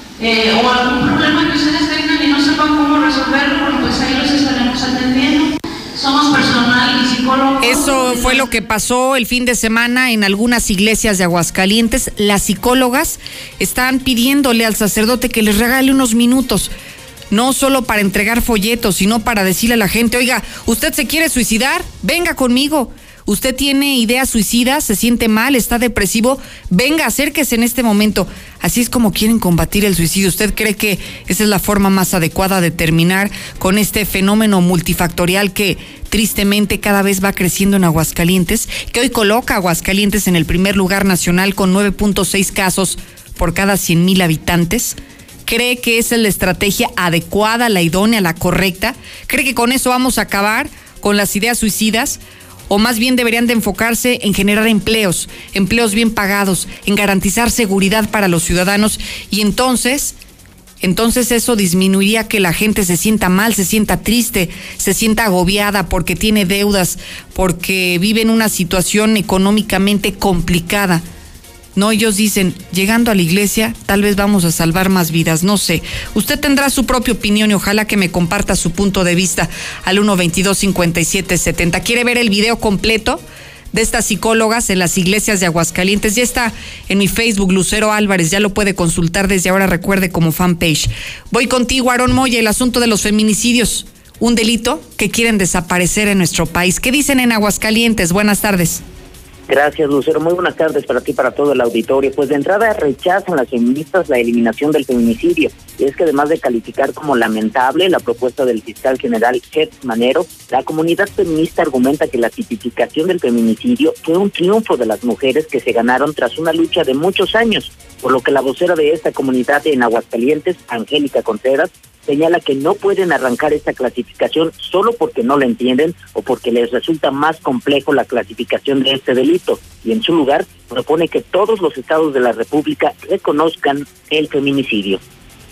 o algún problema que ustedes tengan y no sepan cómo resolverlo, bueno, pues ahí los estaremos atendiendo. Somos personal y psicólogos. Eso fue lo que pasó el fin de semana en algunas iglesias de Aguascalientes. Las psicólogas están pidiéndole al sacerdote que les regale unos minutos, no solo para entregar folletos, sino para decirle a la gente: oiga, ¿usted se quiere suicidar? Venga conmigo. ¿Usted tiene ideas suicidas? ¿Se siente mal? ¿Está depresivo? Venga, acérquese en este momento. Así es como quieren combatir el suicidio. ¿Usted cree que esa es la forma más adecuada de terminar con este fenómeno multifactorial que tristemente cada vez va creciendo en Aguascalientes, que hoy coloca a Aguascalientes en el primer lugar nacional con 9.6 casos por cada 100,000 habitantes? ¿Cree que esa es la estrategia adecuada, la idónea, la correcta? ¿Cree que con eso vamos a acabar con las ideas suicidas? ¿O más bien deberían de enfocarse en generar empleos bien pagados, en garantizar seguridad para los ciudadanos? Y entonces eso disminuiría que la gente se sienta mal, se sienta triste, se sienta agobiada porque tiene deudas, porque vive en una situación económicamente complicada. No, ellos dicen, llegando a la iglesia, tal vez vamos a salvar más vidas, no sé. Usted tendrá su propia opinión y ojalá que me comparta su punto de vista al 122-5770. ¿Quiere ver el video completo de estas psicólogas en las iglesias de Aguascalientes? Ya está en mi Facebook, Lucero Álvarez, ya lo puede consultar desde ahora, recuerde, como fanpage. Voy contigo, Aarón Moya, el asunto de los feminicidios, un delito que quieren desaparecer en nuestro país. ¿Qué dicen en Aguascalientes? Buenas tardes. Gracias, Lucero. Muy buenas tardes para ti y para todo el auditorio. Pues de entrada rechazan las feministas la eliminación del feminicidio. Y es que además de calificar como lamentable la propuesta del fiscal general Gertz Manero, la comunidad feminista argumenta que la tipificación del feminicidio fue un triunfo de las mujeres que se ganaron tras una lucha de muchos años, por lo que la vocera de esta comunidad en Aguascalientes, Angélica Contreras, señala que no pueden arrancar esta clasificación solo porque no la entienden o porque les resulta más complejo la clasificación de este delito, y en su lugar propone que todos los estados de la República reconozcan el feminicidio. Se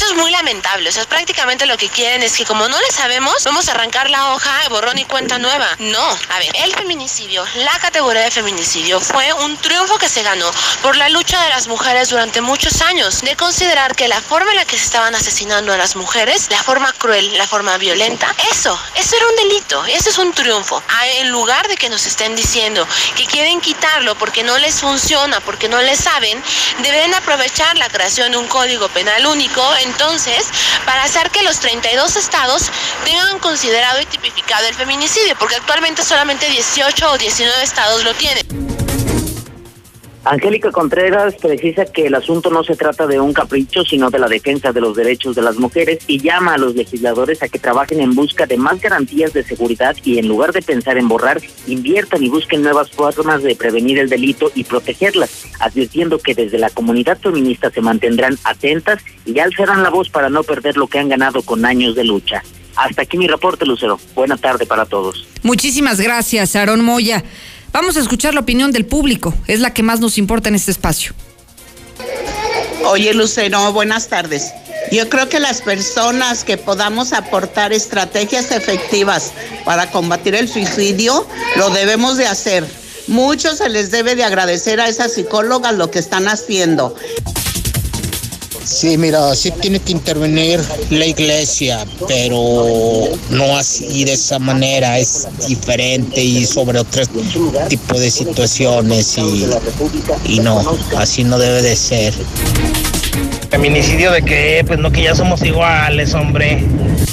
es muy lamentable. O sea, prácticamente lo que quieren es que como no le sabemos, vamos a arrancar la hoja, borrón y cuenta nueva. No, a ver, el feminicidio, la categoría de feminicidio fue un triunfo que se ganó por la lucha de las mujeres durante muchos años, de considerar que la forma en la que se estaban asesinando a las mujeres, la forma cruel, la forma violenta, eso era un delito, eso es un triunfo. En lugar de que nos estén diciendo que quieren quitarlo porque no les funciona, porque no les saben, deben aprovechar la creación de un código penal único, entonces, para hacer que los 32 estados tengan considerado y tipificado el feminicidio, porque actualmente solamente 18 o 19 estados lo tienen. Angélica Contreras precisa que el asunto no se trata de un capricho, sino de la defensa de los derechos de las mujeres, y llama a los legisladores a que trabajen en busca de más garantías de seguridad y en lugar de pensar en borrar, inviertan y busquen nuevas formas de prevenir el delito y protegerlas, advirtiendo que desde la comunidad feminista se mantendrán atentas y alzarán la voz para no perder lo que han ganado con años de lucha. Hasta aquí mi reporte, Lucero. Buena tarde para todos. Muchísimas gracias, Aarón Moya. Vamos a escuchar la opinión del público, es la que más nos importa en este espacio. Oye, Lucero, buenas tardes. Yo creo que las personas que podamos aportar estrategias efectivas para combatir el suicidio, lo debemos de hacer. Mucho se les debe de agradecer a esas psicólogas lo que están haciendo. Sí, mira, sí tiene que intervenir la iglesia, pero no así de esa manera, es diferente y sobre otro tipo de situaciones y no, así no debe de ser. ¿Feminicidio de qué? Pues no, que ya somos iguales, hombre.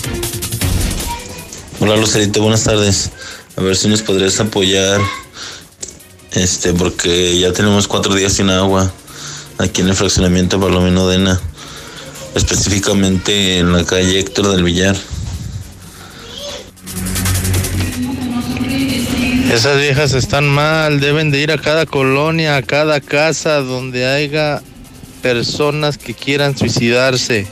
Hola, Lucerito, buenas tardes. A ver si nos podrías apoyar, porque ya tenemos 4 días sin agua. Aquí en el fraccionamiento Palomino Dena, específicamente en la calle Héctor del Villar. Esas viejas están mal, deben de ir a cada colonia, a cada casa donde haya personas que quieran suicidarse.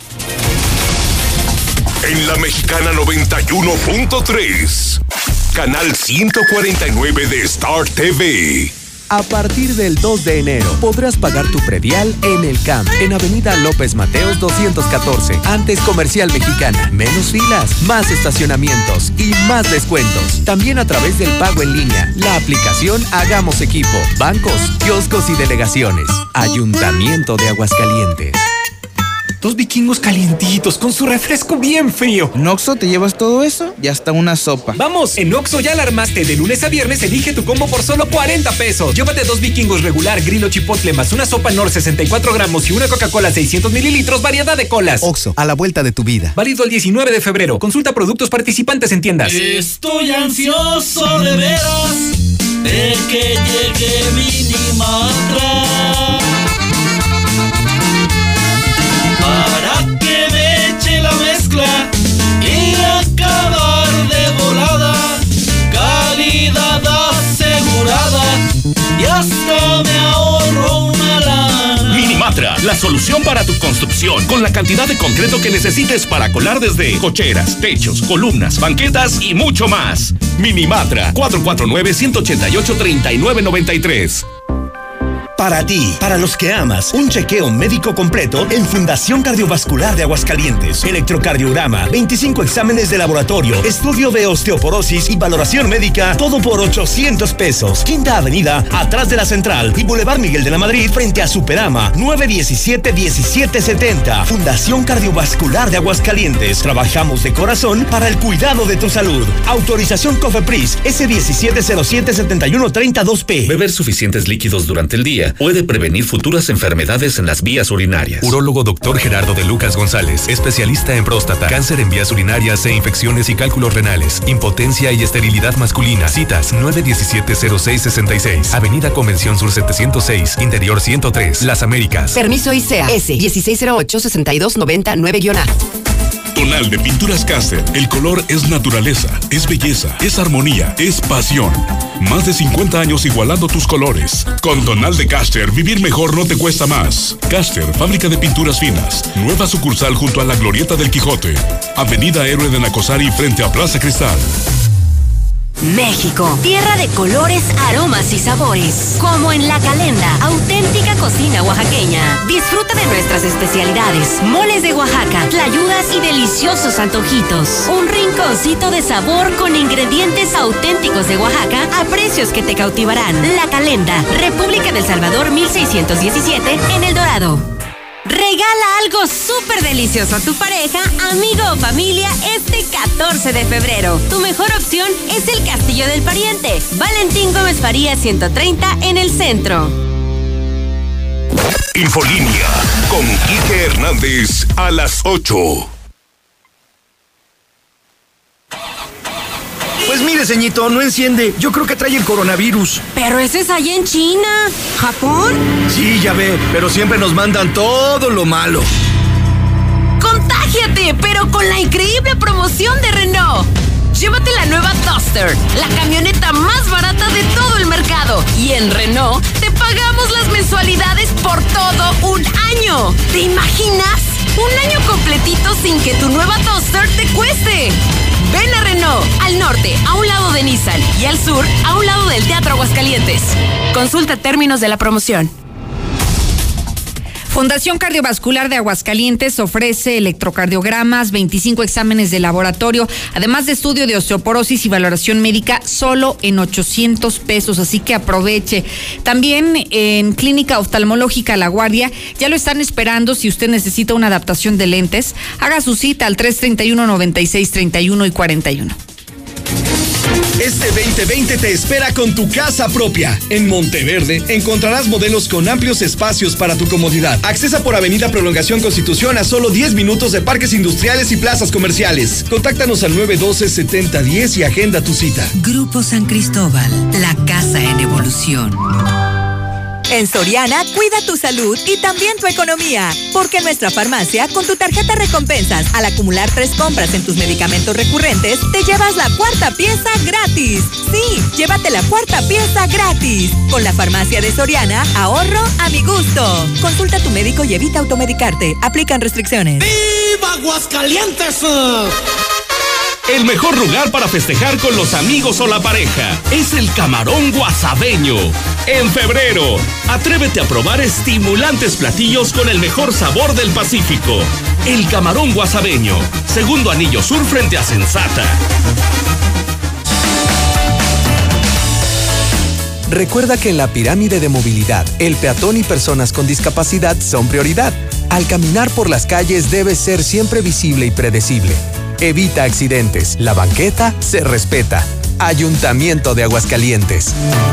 En la Mexicana 91.3, canal 149 de Star TV. A partir del 2 de enero podrás pagar tu predial en el CAMP, en Avenida López Mateos 214, antes Comercial Mexicana. Menos filas, más estacionamientos y más descuentos. También a través del pago en línea, la aplicación Hagamos Equipo, bancos, kioscos y delegaciones. Ayuntamiento de Aguascalientes. 2 vikingos calientitos con su refresco bien frío. ¿En Oxxo te llevas todo eso? Y hasta una sopa. Vamos, en Oxxo ya la armaste. De lunes a viernes elige tu combo por solo 40 pesos. Llévate 2 vikingos regular, grillo chipotle, más una sopa Knorr 64 gramos y una Coca-Cola 600 mililitros, variedad de colas. Oxxo, a la vuelta de tu vida. Válido el 19 de febrero. Consulta productos participantes en tiendas. Estoy ansioso de veras de que llegue Minimatra, para que me eche la mezcla y acabar de volada, calidad asegurada y hasta me ahorro una lana. Minimatra, la solución para tu construcción, con la cantidad de concreto que necesites para colar desde cocheras, techos, columnas, banquetas y mucho más. Minimatra, 449-188-3993. Para ti, para los que amas, un chequeo médico completo en Fundación Cardiovascular de Aguascalientes. Electrocardiograma, 25 exámenes de laboratorio, estudio de osteoporosis y valoración médica, todo por 800 pesos. Quinta Avenida, atrás de la Central y Boulevard Miguel de la Madrid, frente a Superama, 917-1770. Fundación Cardiovascular de Aguascalientes. Trabajamos de corazón para el cuidado de tu salud. Autorización COFEPRIS, S1707-7132P. Beber suficientes líquidos durante el día puede prevenir futuras enfermedades en las vías urinarias. Urólogo Dr. Gerardo de Lucas González, especialista en próstata, cáncer en vías urinarias e infecciones y cálculos renales, impotencia y esterilidad masculina. Citas 917-0666, Avenida Convención Sur 706, Interior 103, Las Américas. Permiso ICEA S1608-6299-A. Tonal de Pinturas Caster. El color es naturaleza, es belleza, es armonía, es pasión. Más de 50 años igualando tus colores. Con Tonal de Caster, vivir mejor no te cuesta más. Caster, fábrica de pinturas finas. Nueva sucursal junto a la Glorieta del Quijote. Avenida Héroe de Nacosari frente a Plaza Cristal. México, tierra de colores, aromas y sabores. Como en La Calenda, auténtica cocina oaxaqueña. Disfruta de nuestras especialidades, moles de Oaxaca, tlayudas y deliciosos antojitos. Un rinconcito de sabor con ingredientes auténticos de Oaxaca a precios que te cautivarán. La Calenda, República del Salvador 1617, en El Dorado. Regala algo súper delicioso a tu pareja, amigo o familia este 14 de febrero. Tu mejor opción es el Castillo del Pariente. Valentín Gómez Farías 130 en el centro. Infolínea con Quique Hernández a las 8. Pues mire, ceñito, no enciende. Yo creo que trae el coronavirus. Pero ese es allá en China. ¿Japón? Sí, ya ve, pero siempre nos mandan todo lo malo. ¡Contágiate! Pero con la increíble promoción de Renault. Llévate la nueva Duster, la camioneta más barata de todo el mercado. Y en Renault te pagamos las mensualidades por todo un año. ¿Te imaginas? Un año completito sin que tu nueva Duster te cueste. Ven a Renault, al norte, a un lado de Nissan, y al sur, a un lado del Teatro Aguascalientes. Consulta términos de la promoción. Fundación Cardiovascular de Aguascalientes ofrece electrocardiogramas, 25 exámenes de laboratorio, además de estudio de osteoporosis y valoración médica, solo en 800 pesos, así que aproveche. También en Clínica Oftalmológica La Guardia, ya lo están esperando. Si usted necesita una adaptación de lentes, haga su cita al 331-9631 y 41. Este 2020 te espera con tu casa propia. En Monteverde encontrarás modelos con amplios espacios para tu comodidad. Accesa por Avenida Prolongación Constitución a solo 10 minutos de parques industriales y plazas comerciales. Contáctanos al 912-7010 y agenda tu cita. Grupo San Cristóbal, la casa en evolución. En Soriana, cuida tu salud y también tu economía, porque en nuestra farmacia, con tu tarjeta recompensas, al acumular 3 compras en tus medicamentos recurrentes, te llevas la 4ª pieza gratis. Sí, llévate la 4ª pieza gratis. Con la farmacia de Soriana, ahorro a mi gusto. Consulta a tu médico y evita automedicarte. Aplican restricciones. ¡Viva Aguascalientes! El mejor lugar para festejar con los amigos o la pareja es el Camarón Guasabeño. En febrero, atrévete a probar estimulantes platillos con el mejor sabor del Pacífico. El Camarón Guasabeño, segundo anillo sur frente a Sensata. Recuerda que en la pirámide de movilidad, el peatón y personas con discapacidad son prioridad. Al caminar por las calles debe ser siempre visible y predecible. Evita accidentes. La banqueta se respeta. Ayuntamiento de Aguascalientes.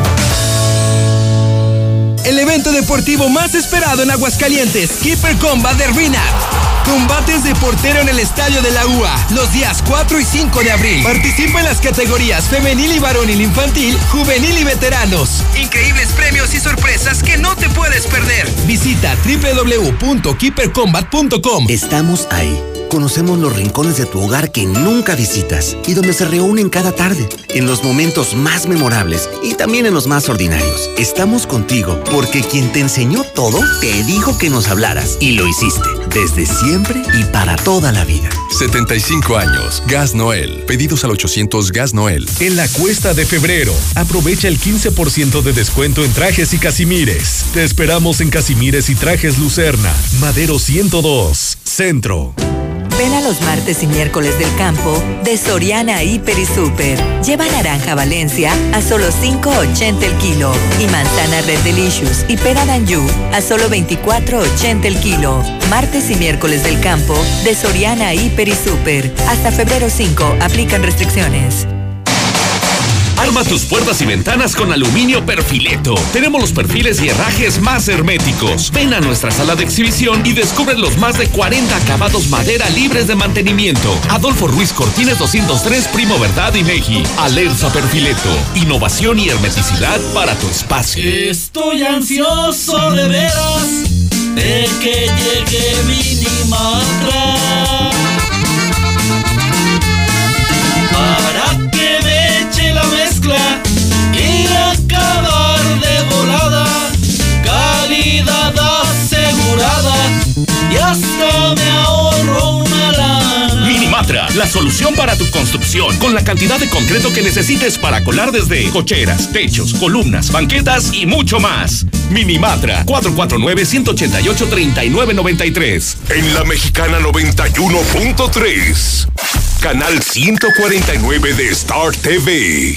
El evento deportivo más esperado en Aguascalientes, Keeper Combat de RINAT. Combates de portero en el estadio de la UA, los días 4 y 5 de abril. Participa en las categorías femenil y varonil infantil, juvenil y veteranos. Increíbles premios y sorpresas que no te puedes perder. Visita www.keepercombat.com. Estamos ahí. Conocemos los rincones de tu hogar que nunca visitas y donde se reúnen cada tarde, en los momentos más memorables y también en los más ordinarios. Estamos contigo porque quien te enseñó todo te dijo que nos hablaras y lo hiciste, desde siempre y para toda la vida. 75 años. Gas Noel. Pedidos al 800 Gas Noel. En la Cuesta de Febrero, aprovecha el 15% de descuento en trajes y casimires. Te esperamos en Casimires y Trajes Lucerna, Madero 102, Centro. Ven a los martes y miércoles del campo de Soriana Hiper y Super. Lleva naranja Valencia a solo $5.80 el kilo y manzana Red Delicious y pera Danju a solo $24.80 el kilo. Martes y miércoles del campo de Soriana Hiper y Super. Hasta febrero 5 aplican restricciones. Arma tus puertas y ventanas con aluminio Perfileto. Tenemos los perfiles y herrajes más herméticos. Ven a nuestra sala de exhibición y descubre los más de 40 acabados madera libres de mantenimiento. Adolfo Ruiz Cortines 203, Primo Verdad y Meji. Alerza Perfileto. Innovación y hermeticidad para tu espacio. Estoy ansioso de veras de que llegue Minimatra para que me eche la mezcla y acabar de volada. Calidad asegurada y hasta me ahorro una lana. Minimatra, la solución para tu construcción, con la cantidad de concreto que necesites para colar desde cocheras, techos, columnas, banquetas y mucho más. Minimatra, 449-188-3993. En la Mexicana 91.3, canal 149 de Star TV.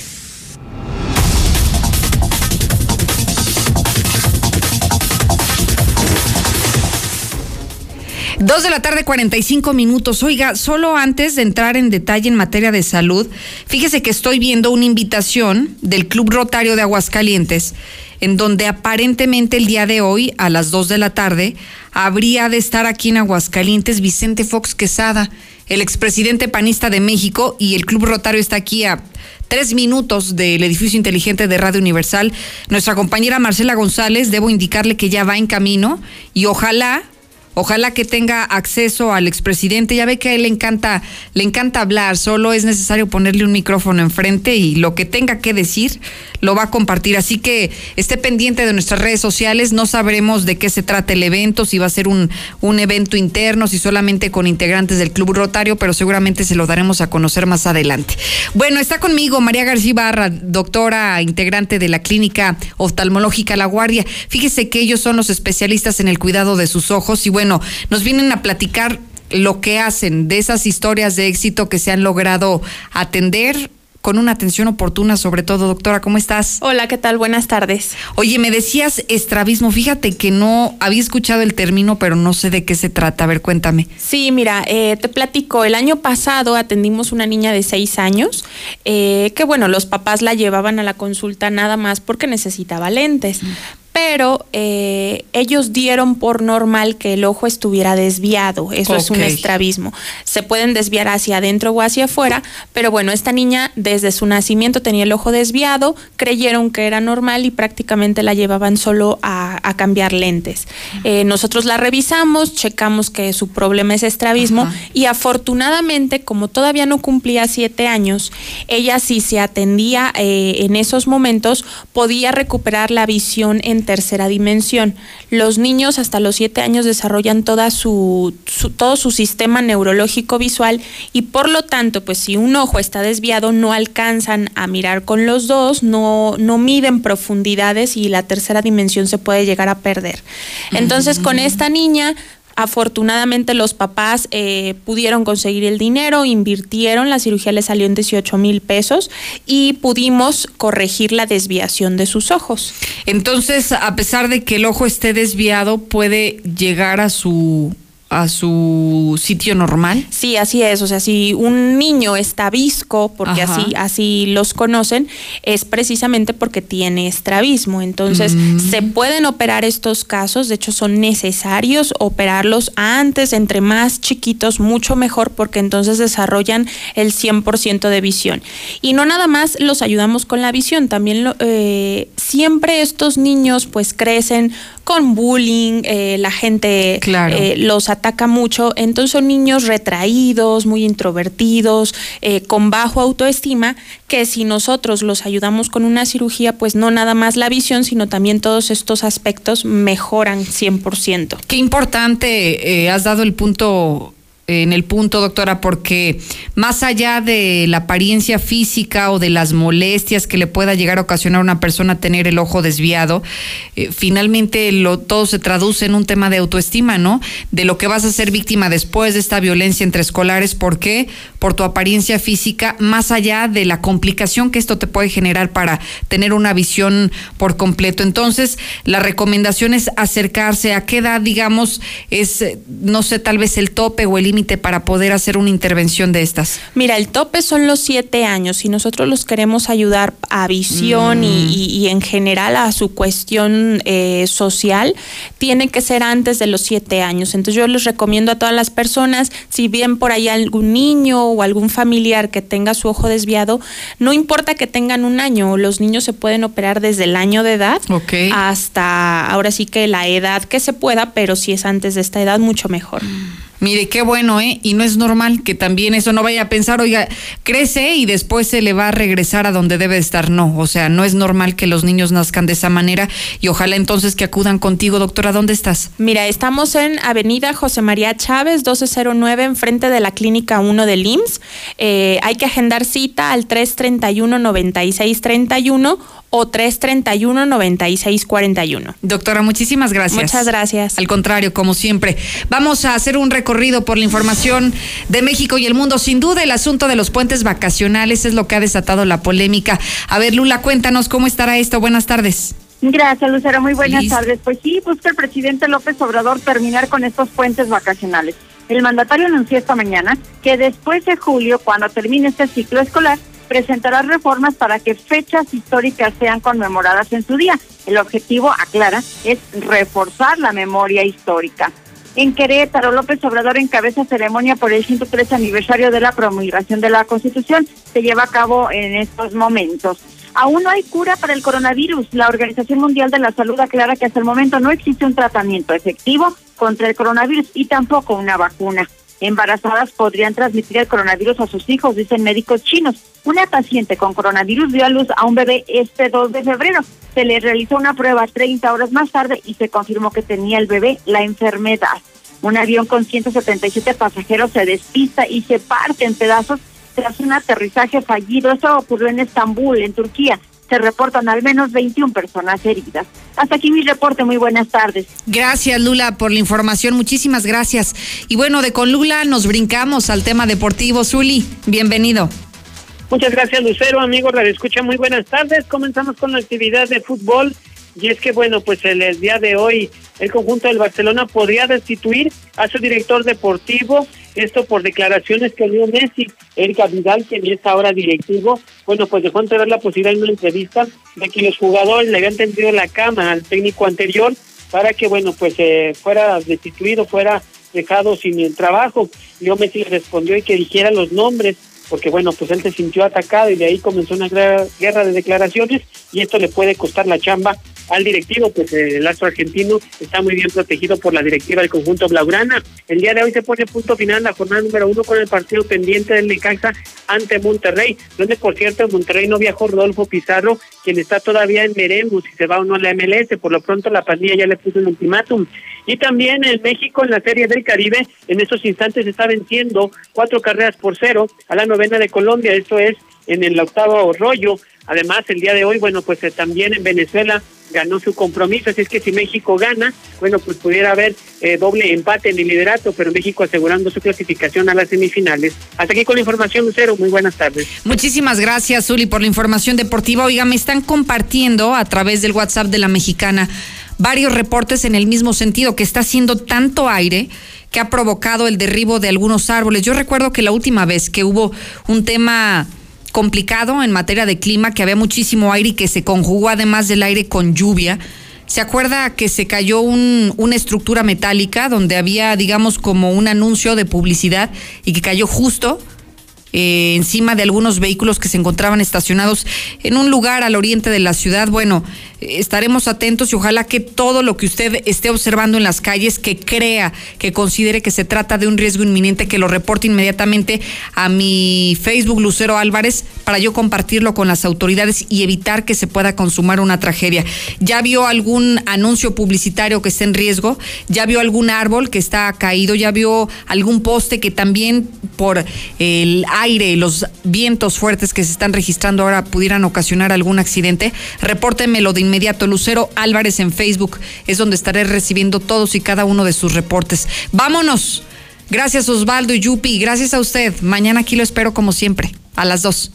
Dos de la tarde, 45 minutos. Oiga, solo antes de entrar en detalle en materia de salud, fíjese que estoy viendo una invitación del Club Rotario de Aguascalientes, en donde aparentemente el día de hoy, a las 2 de la tarde, habría de estar aquí en Aguascalientes Vicente Fox Quesada, el expresidente panista de México, y el Club Rotario está aquí a 3 minutos del edificio inteligente de Radio Universal. Nuestra compañera Marcela González, debo indicarle que ya va en camino, y ojalá que tenga acceso al expresidente. Ya ve que a él le encanta hablar, solo es necesario ponerle un micrófono enfrente y lo que tenga que decir lo va a compartir. Así que esté pendiente de nuestras redes sociales. No sabremos de qué se trata el evento, si va a ser un evento interno, si solamente con integrantes del Club Rotario, pero seguramente se lo daremos a conocer más adelante. Bueno, está conmigo María García Ibarra, doctora integrante de la Clínica Oftalmológica La Guardia. Fíjese que ellos son los especialistas en el cuidado de sus ojos y bueno, nos vienen a platicar lo que hacen, de esas historias de éxito que se han logrado atender con una atención oportuna, sobre todo. Doctora, ¿cómo estás? Hola, ¿qué tal? Buenas tardes. Oye, me decías estrabismo. Fíjate que no había escuchado el término, pero no sé de qué se trata. A ver, cuéntame. Sí, mira, te platico. El año pasado atendimos una niña de 6 años, que bueno, los papás la llevaban a la consulta nada más porque necesitaba lentes. Pero ellos dieron por normal que el ojo estuviera desviado. Eso es un estrabismo. Se pueden desviar hacia adentro o hacia afuera, pero bueno, esta niña desde su nacimiento tenía el ojo desviado, creyeron que era normal y prácticamente la llevaban solo a cambiar lentes. Nosotros la revisamos, checamos que su problema es estrabismo y afortunadamente, como todavía no cumplía 7 años, ella si se atendía en esos momentos, podía recuperar la visión en tercera dimensión. Los niños hasta los 7 años desarrollan todo su sistema neurológico visual y por lo tanto, pues si un ojo está desviado no alcanzan a mirar con los dos, no miden profundidades y la tercera dimensión se puede llegar a perder. Entonces, con esta niña, afortunadamente los papás pudieron conseguir el dinero, invirtieron, la cirugía le salió en 18,000 pesos y pudimos corregir la desviación de sus ojos. Entonces, a pesar de que el ojo esté desviado, ¿puede llegar a su sitio normal? Sí, así es. O sea, si un niño está visco, porque así los conocen, es precisamente porque tiene estrabismo. Entonces, se pueden operar estos casos. De hecho, son necesarios operarlos antes, entre más chiquitos, mucho mejor, porque entonces desarrollan el 100% de visión. Y no nada más los ayudamos con la visión, también siempre estos niños pues crecen con bullying, la gente los ataca mucho, entonces son niños retraídos, muy introvertidos, con bajo autoestima, que si nosotros los ayudamos con una cirugía, pues no nada más la visión, sino también todos estos aspectos mejoran 100%. Qué importante, has dado el punto, doctora, porque más allá de la apariencia física o de las molestias que le pueda llegar a ocasionar a una persona tener el ojo desviado, finalmente todo se traduce en un tema de autoestima, ¿no? De lo que vas a ser víctima después de esta violencia entre escolares. ¿Por qué? Por tu apariencia física, más allá de la complicación que esto te puede generar para tener una visión por completo. Entonces, la recomendación es acercarse. ¿A qué edad, digamos, es, no sé, tal vez el tope o el límite para poder hacer una intervención de estas? Mira, el tope son los 7 años. Si nosotros los queremos ayudar a visión y en general a su cuestión social, tiene que ser antes de los 7 años. Entonces yo les recomiendo a todas las personas, si bien por ahí algún niño o algún familiar que tenga su ojo desviado, no importa que tengan 1 año, los niños se pueden operar desde el año de edad hasta ahora sí que la edad que se pueda, pero si es antes de esta edad, mucho mejor. Mire, qué bueno, y no es normal que también eso no vaya a pensar, oiga, crece y después se le va a regresar a donde debe estar. No, o sea, no es normal que los niños nazcan de esa manera y ojalá entonces que acudan contigo, doctora. ¿Dónde estás? Mira, estamos en Avenida José María Chávez, 1209, enfrente de la Clínica 1 del IMSS. Hay que agendar cita al 331-9631 o 331-9641. Doctora, muchísimas gracias. Muchas gracias. Al contrario, como siempre. Vamos a hacer un recorrido por la información de México y el mundo. Sin duda, el asunto de los puentes vacacionales es lo que ha desatado la polémica. A ver, Lula, cuéntanos cómo estará esto. Buenas tardes. Gracias, Lucero. Muy buenas tardes. Pues sí, busca el presidente López Obrador terminar con estos puentes vacacionales. El mandatario anunció esta mañana que después de julio, cuando termine este ciclo escolar, presentará reformas para que fechas históricas sean conmemoradas en su día. El objetivo, aclara, es reforzar la memoria histórica. En Querétaro, López Obrador encabeza ceremonia por el 103 aniversario de la promulgación de la Constitución. Se lleva a cabo en estos momentos. Aún no hay cura para el coronavirus. La Organización Mundial de la Salud aclara que hasta el momento no existe un tratamiento efectivo contra el coronavirus y tampoco una vacuna. Embarazadas podrían transmitir el coronavirus a sus hijos, dicen médicos chinos. Una paciente con coronavirus dio a luz a un bebé este 2 de febrero. Se le realizó una prueba 30 horas más tarde y se confirmó que tenía el bebé la enfermedad. Un avión con 177 pasajeros se despista y se parte en pedazos tras un aterrizaje fallido. Esto ocurrió en Estambul, en Turquía. Se reportan al menos 21 personas heridas. Hasta aquí mi reporte. Muy buenas tardes. Gracias, Lula, por la información. Muchísimas gracias. Y bueno, de con Lula nos brincamos al tema deportivo. Zuli, bienvenido. Muchas gracias, Lucero. Amigos, Radio Escucha, muy buenas tardes. Comenzamos con la actividad de fútbol. Y es que, bueno, pues el día de hoy el conjunto del Barcelona podría destituir a su director deportivo, esto por declaraciones que dio Messi. Eric Vidal, quien es ahora directivo, bueno, pues dejó entrever la posibilidad en una entrevista de que los jugadores le habían tendido la cama al técnico anterior para que, bueno, pues fuera destituido, fuera dejado sin el trabajo. Leo Messi le respondió y que dijera los nombres, porque bueno, pues él se sintió atacado y de ahí comenzó una guerra de declaraciones y esto le puede costar la chamba al directivo, pues el astro argentino está muy bien protegido por la directiva del conjunto blaugrana. El día de hoy se pone punto final la jornada número 1 con el partido pendiente del Necaxa ante Monterrey, donde por cierto en Monterrey no viajó Rodolfo Pizarro, quien está todavía en veremos si se va o no a la MLS. Por lo pronto la pandilla ya le puso un ultimátum. Y también en México, en la Serie del Caribe, en estos instantes está venciendo 4-0 a la novena de Colombia, esto es en el octavo rollo. Además, el día de hoy, bueno, pues también en Venezuela ganó su compromiso, así es que si México gana, bueno, pues pudiera haber doble empate en el liderato, pero México asegurando su clasificación a las semifinales. Hasta aquí con la información, Lucero, muy buenas tardes. Muchísimas gracias, Zuli, por la información deportiva. Oiga, me están compartiendo a través del WhatsApp de La Mexicana varios reportes en el mismo sentido, que está haciendo tanto aire que ha provocado el derribo de algunos árboles. Yo recuerdo que la última vez que hubo un tema complicado en materia de clima, que había muchísimo aire y que se conjugó además del aire con lluvia, ¿se acuerda que se cayó una estructura metálica donde había, digamos, como un anuncio de publicidad y que cayó justo encima de algunos vehículos que se encontraban estacionados en un lugar al oriente de la ciudad? Bueno, estaremos atentos y ojalá que todo lo que usted esté observando en las calles, que crea, que considere que se trata de un riesgo inminente, que lo reporte inmediatamente a mi Facebook Lucero Álvarez para yo compartirlo con las autoridades y evitar que se pueda consumar una tragedia. ¿Ya vio algún anuncio publicitario que esté en riesgo? ¿Ya vio algún árbol que está caído? ¿Ya vio algún poste que también por el aire, los vientos fuertes que se están registrando ahora pudieran ocasionar algún accidente? Repórtemelo de inmediato. Lucero Álvarez en Facebook es donde estaré recibiendo todos y cada uno de sus reportes. ¡Vámonos! Gracias, Osvaldo y Yupi. Gracias a usted. Mañana aquí lo espero como siempre, a las 2.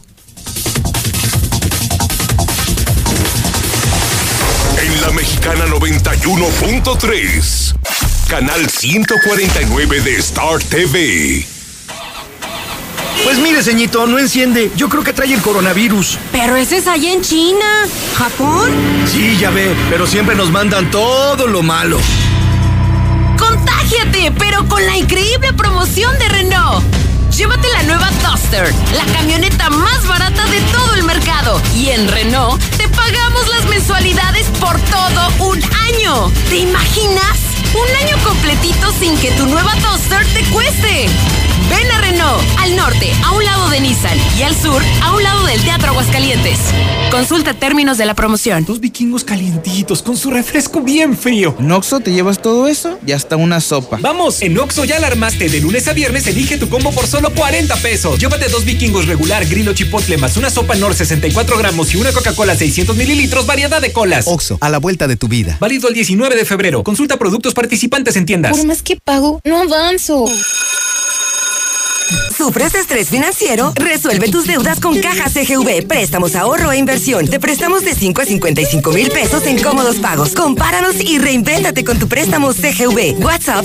En La Mexicana 91.3, canal 149 de Star TV. Pues mire, ceñito, no enciende. Yo creo que trae el coronavirus. Pero ese es allá en China. ¿Japón? Sí, ya ve, pero siempre nos mandan todo lo malo. ¡Contágiate! Pero con la increíble promoción de Renault. Llévate la nueva Duster, la camioneta más barata de todo el mercado. Y en Renault te pagamos las mensualidades por todo un año. ¿Te imaginas? Un año completito sin que tu nueva Duster te cueste. Ven a Renault, al norte, a un lado de Nissan, y al sur, a un lado del Teatro Aguascalientes. Consulta términos de la promoción. 2 vikingos calientitos con su refresco bien frío. ¿En Oxxo te llevas todo eso? Y hasta una sopa. Vamos, en Oxxo ya la armaste. De lunes a viernes elige tu combo por solo 40 pesos. Llévate 2 vikingos regular, grillo chipotle, más una sopa Nor 64 gramos y una Coca-Cola 600 mililitros, variedad de colas. Oxxo, a la vuelta de tu vida. Válido el 19 de febrero. Consulta productos participantes en tiendas. Por más que pago, no avanzo. ¿Sufres de estrés financiero? Resuelve tus deudas con Caja CGV. Préstamos, ahorro e inversión. Te prestamos de 5 a 55 mil pesos en cómodos pagos. Compáranos y reinvéntate con tu préstamo CGV. WhatsApp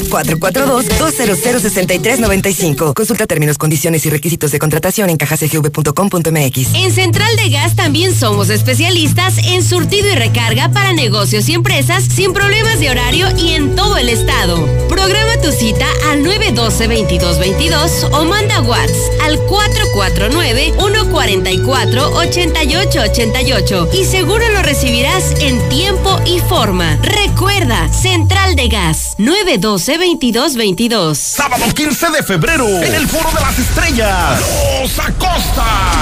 442-200-6395. Consulta términos, condiciones y requisitos de contratación en cajacgv.com.mx. En Central de Gas también somos especialistas en surtido y recarga para negocios y empresas sin problemas de horario y en todo el estado. Programa tu cita al 912-2222 o manda WhatsApp al 449-144-8888 y seguro lo recibirás en tiempo y forma. Recuerda, Central de Gas, 912-2222. Sábado 15 de febrero, en el Foro de las Estrellas, Los Acosta.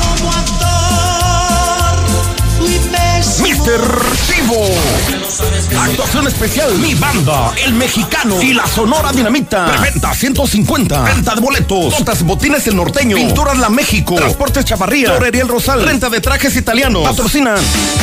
Mr. Chivo. Actuación especial, Mi Banda, El Mexicano y la Sonora Dinamita. Preventa 150. Venta de boletos. Botas, botines El Norteño. Pinturas La México. Transportes Chavarría. Florería El Rosal. Renta de trajes italianos. Patrocinan.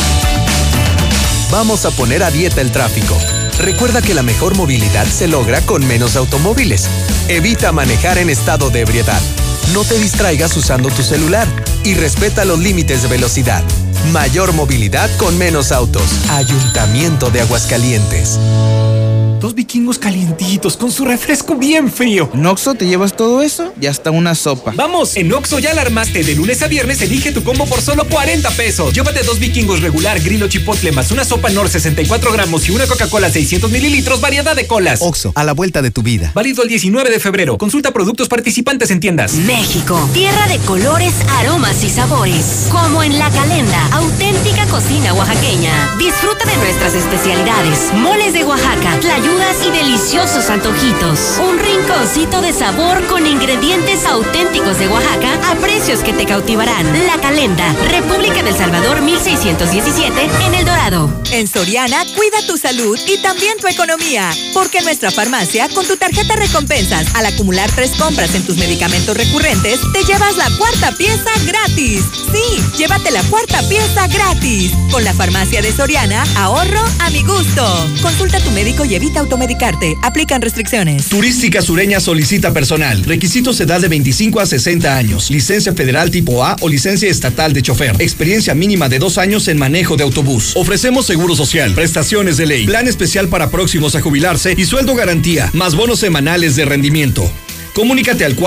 Vamos a poner a dieta el tráfico. Recuerda que la mejor movilidad se logra con menos automóviles. Evita manejar en estado de ebriedad. No te distraigas usando tu celular y respeta los límites de velocidad. Mayor movilidad con menos autos. Ayuntamiento de Aguascalientes. 2 vikingos calientitos con su refresco bien frío. ¿En Oxxo te llevas todo eso? Y hasta una sopa. Vamos, en Oxxo ya la armaste. De lunes a viernes elige tu combo por solo 40 pesos. Llévate 2 vikingos regular, grillo chipotle, más una sopa Nor 64 gramos y una Coca-Cola 600 mililitros, variedad de colas. Oxxo, a la vuelta de tu vida. Válido el 19 de febrero. Consulta productos participantes en tiendas. México, tierra de colores, aromas y sabores. Como en La Calenda, auténtica cocina oaxaqueña. Disfruta de nuestras especialidades. Moles de Oaxaca, tlayudas y deliciosos antojitos. Un rinconcito de sabor con ingredientes auténticos de Oaxaca a precios que te cautivarán. La Calenda, República del Salvador 1617, en El Dorado. En Soriana, cuida tu salud y también tu economía. Porque en nuestra farmacia, con tu tarjeta recompensas, al acumular 3 compras en tus medicamentos recurrentes, te llevas la 4ª pieza gratis. Sí, llévate la 4ª pieza gratis. Con la farmacia de Soriana, ahorro a mi gusto. Consulta a tu médico y evita automedicarte. Aplican restricciones. Turística Sureña solicita personal. Requisitos: edad de 25 a 60 años. Licencia federal tipo A o licencia estatal de chofer. Experiencia mínima de 2 años en manejo de autobús. Ofrecemos seguro social, prestaciones de ley, plan especial para próximos a jubilarse y sueldo garantía, más bonos semanales de rendimiento. Comunícate al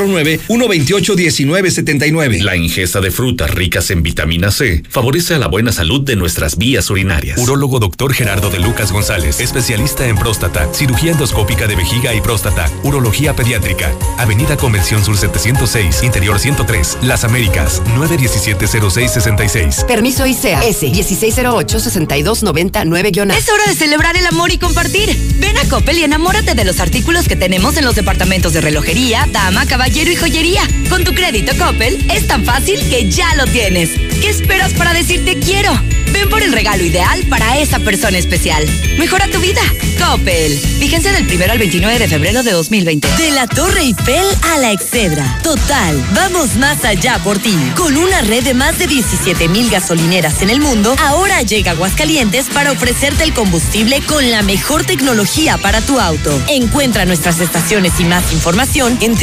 449-128-1979. La ingesta de frutas ricas en vitamina C favorece a la buena salud de nuestras vías urinarias. Urólogo Dr. Gerardo de Lucas González, especialista en próstata, cirugía endoscópica de vejiga y próstata, urología pediátrica. Avenida Convención Sur 706, Interior 103, Las Américas, 917-0666. Permiso ICEA S1608-6299-. Es hora de celebrar el amor y compartir. Ven a Coppel y enamórate de los artículos que tenemos en los departamentos de relojería, dama, caballero y joyería. Con tu crédito Coppel es tan fácil que ya lo tienes. ¿Qué esperas para decir te quiero? Ven por el regalo ideal para esa persona especial. Mejora tu vida. Coppel. Vigencia del 1 al 29 de febrero de 2020. De la Torre Eiffel a la Excedra. Total, vamos más allá por ti. Con una red de más de 17,000 gasolineras en el mundo, ahora llega a Aguascalientes para ofrecerte el combustible con la mejor tecnología para tu auto. Encuentra nuestras estaciones y más información en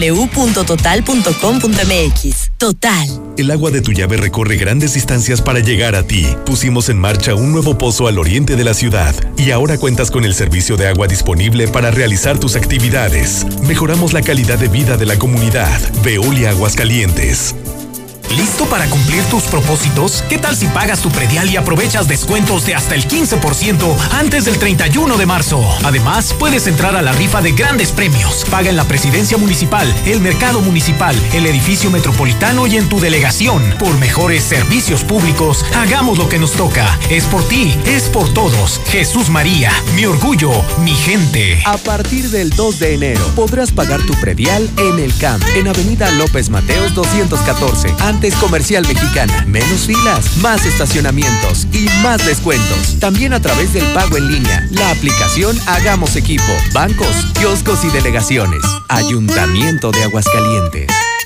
www.total.com.mx. Total. El agua de tu llave recorre grandes distancias para llegar a ti. Pusimos en marcha un nuevo pozo al oriente de la ciudad y ahora cuentas con el servicio de agua disponible para realizar tus actividades. Mejoramos la calidad de vida de la comunidad. Veolia Aguascalientes. ¿Listo para cumplir tus propósitos? ¿Qué tal si pagas tu predial y aprovechas descuentos de hasta el 15% antes del 31 de marzo? Además, puedes entrar a la rifa de grandes premios. Paga en la Presidencia Municipal, el Mercado Municipal, el Edificio Metropolitano y en tu delegación. Por mejores servicios públicos, hagamos lo que nos toca. Es por ti, es por todos. Jesús María, mi orgullo, mi gente. A partir del 2 de enero, podrás pagar tu predial en el CAMP, en Avenida López Mateos 214. Antes Comercial Mexicana. Menos filas, más estacionamientos y más descuentos. También a través del pago en línea, la aplicación Hagamos Equipo, bancos, kioscos y delegaciones. Ayuntamiento de Aguascalientes.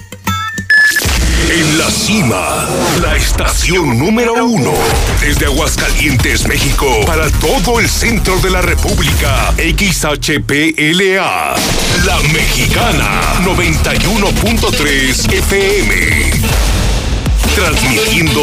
En la cima, la estación número 1. Desde Aguascalientes, México, para todo el centro de la República. XHPLA. La Mexicana, 91.3 FM. Transmitiendo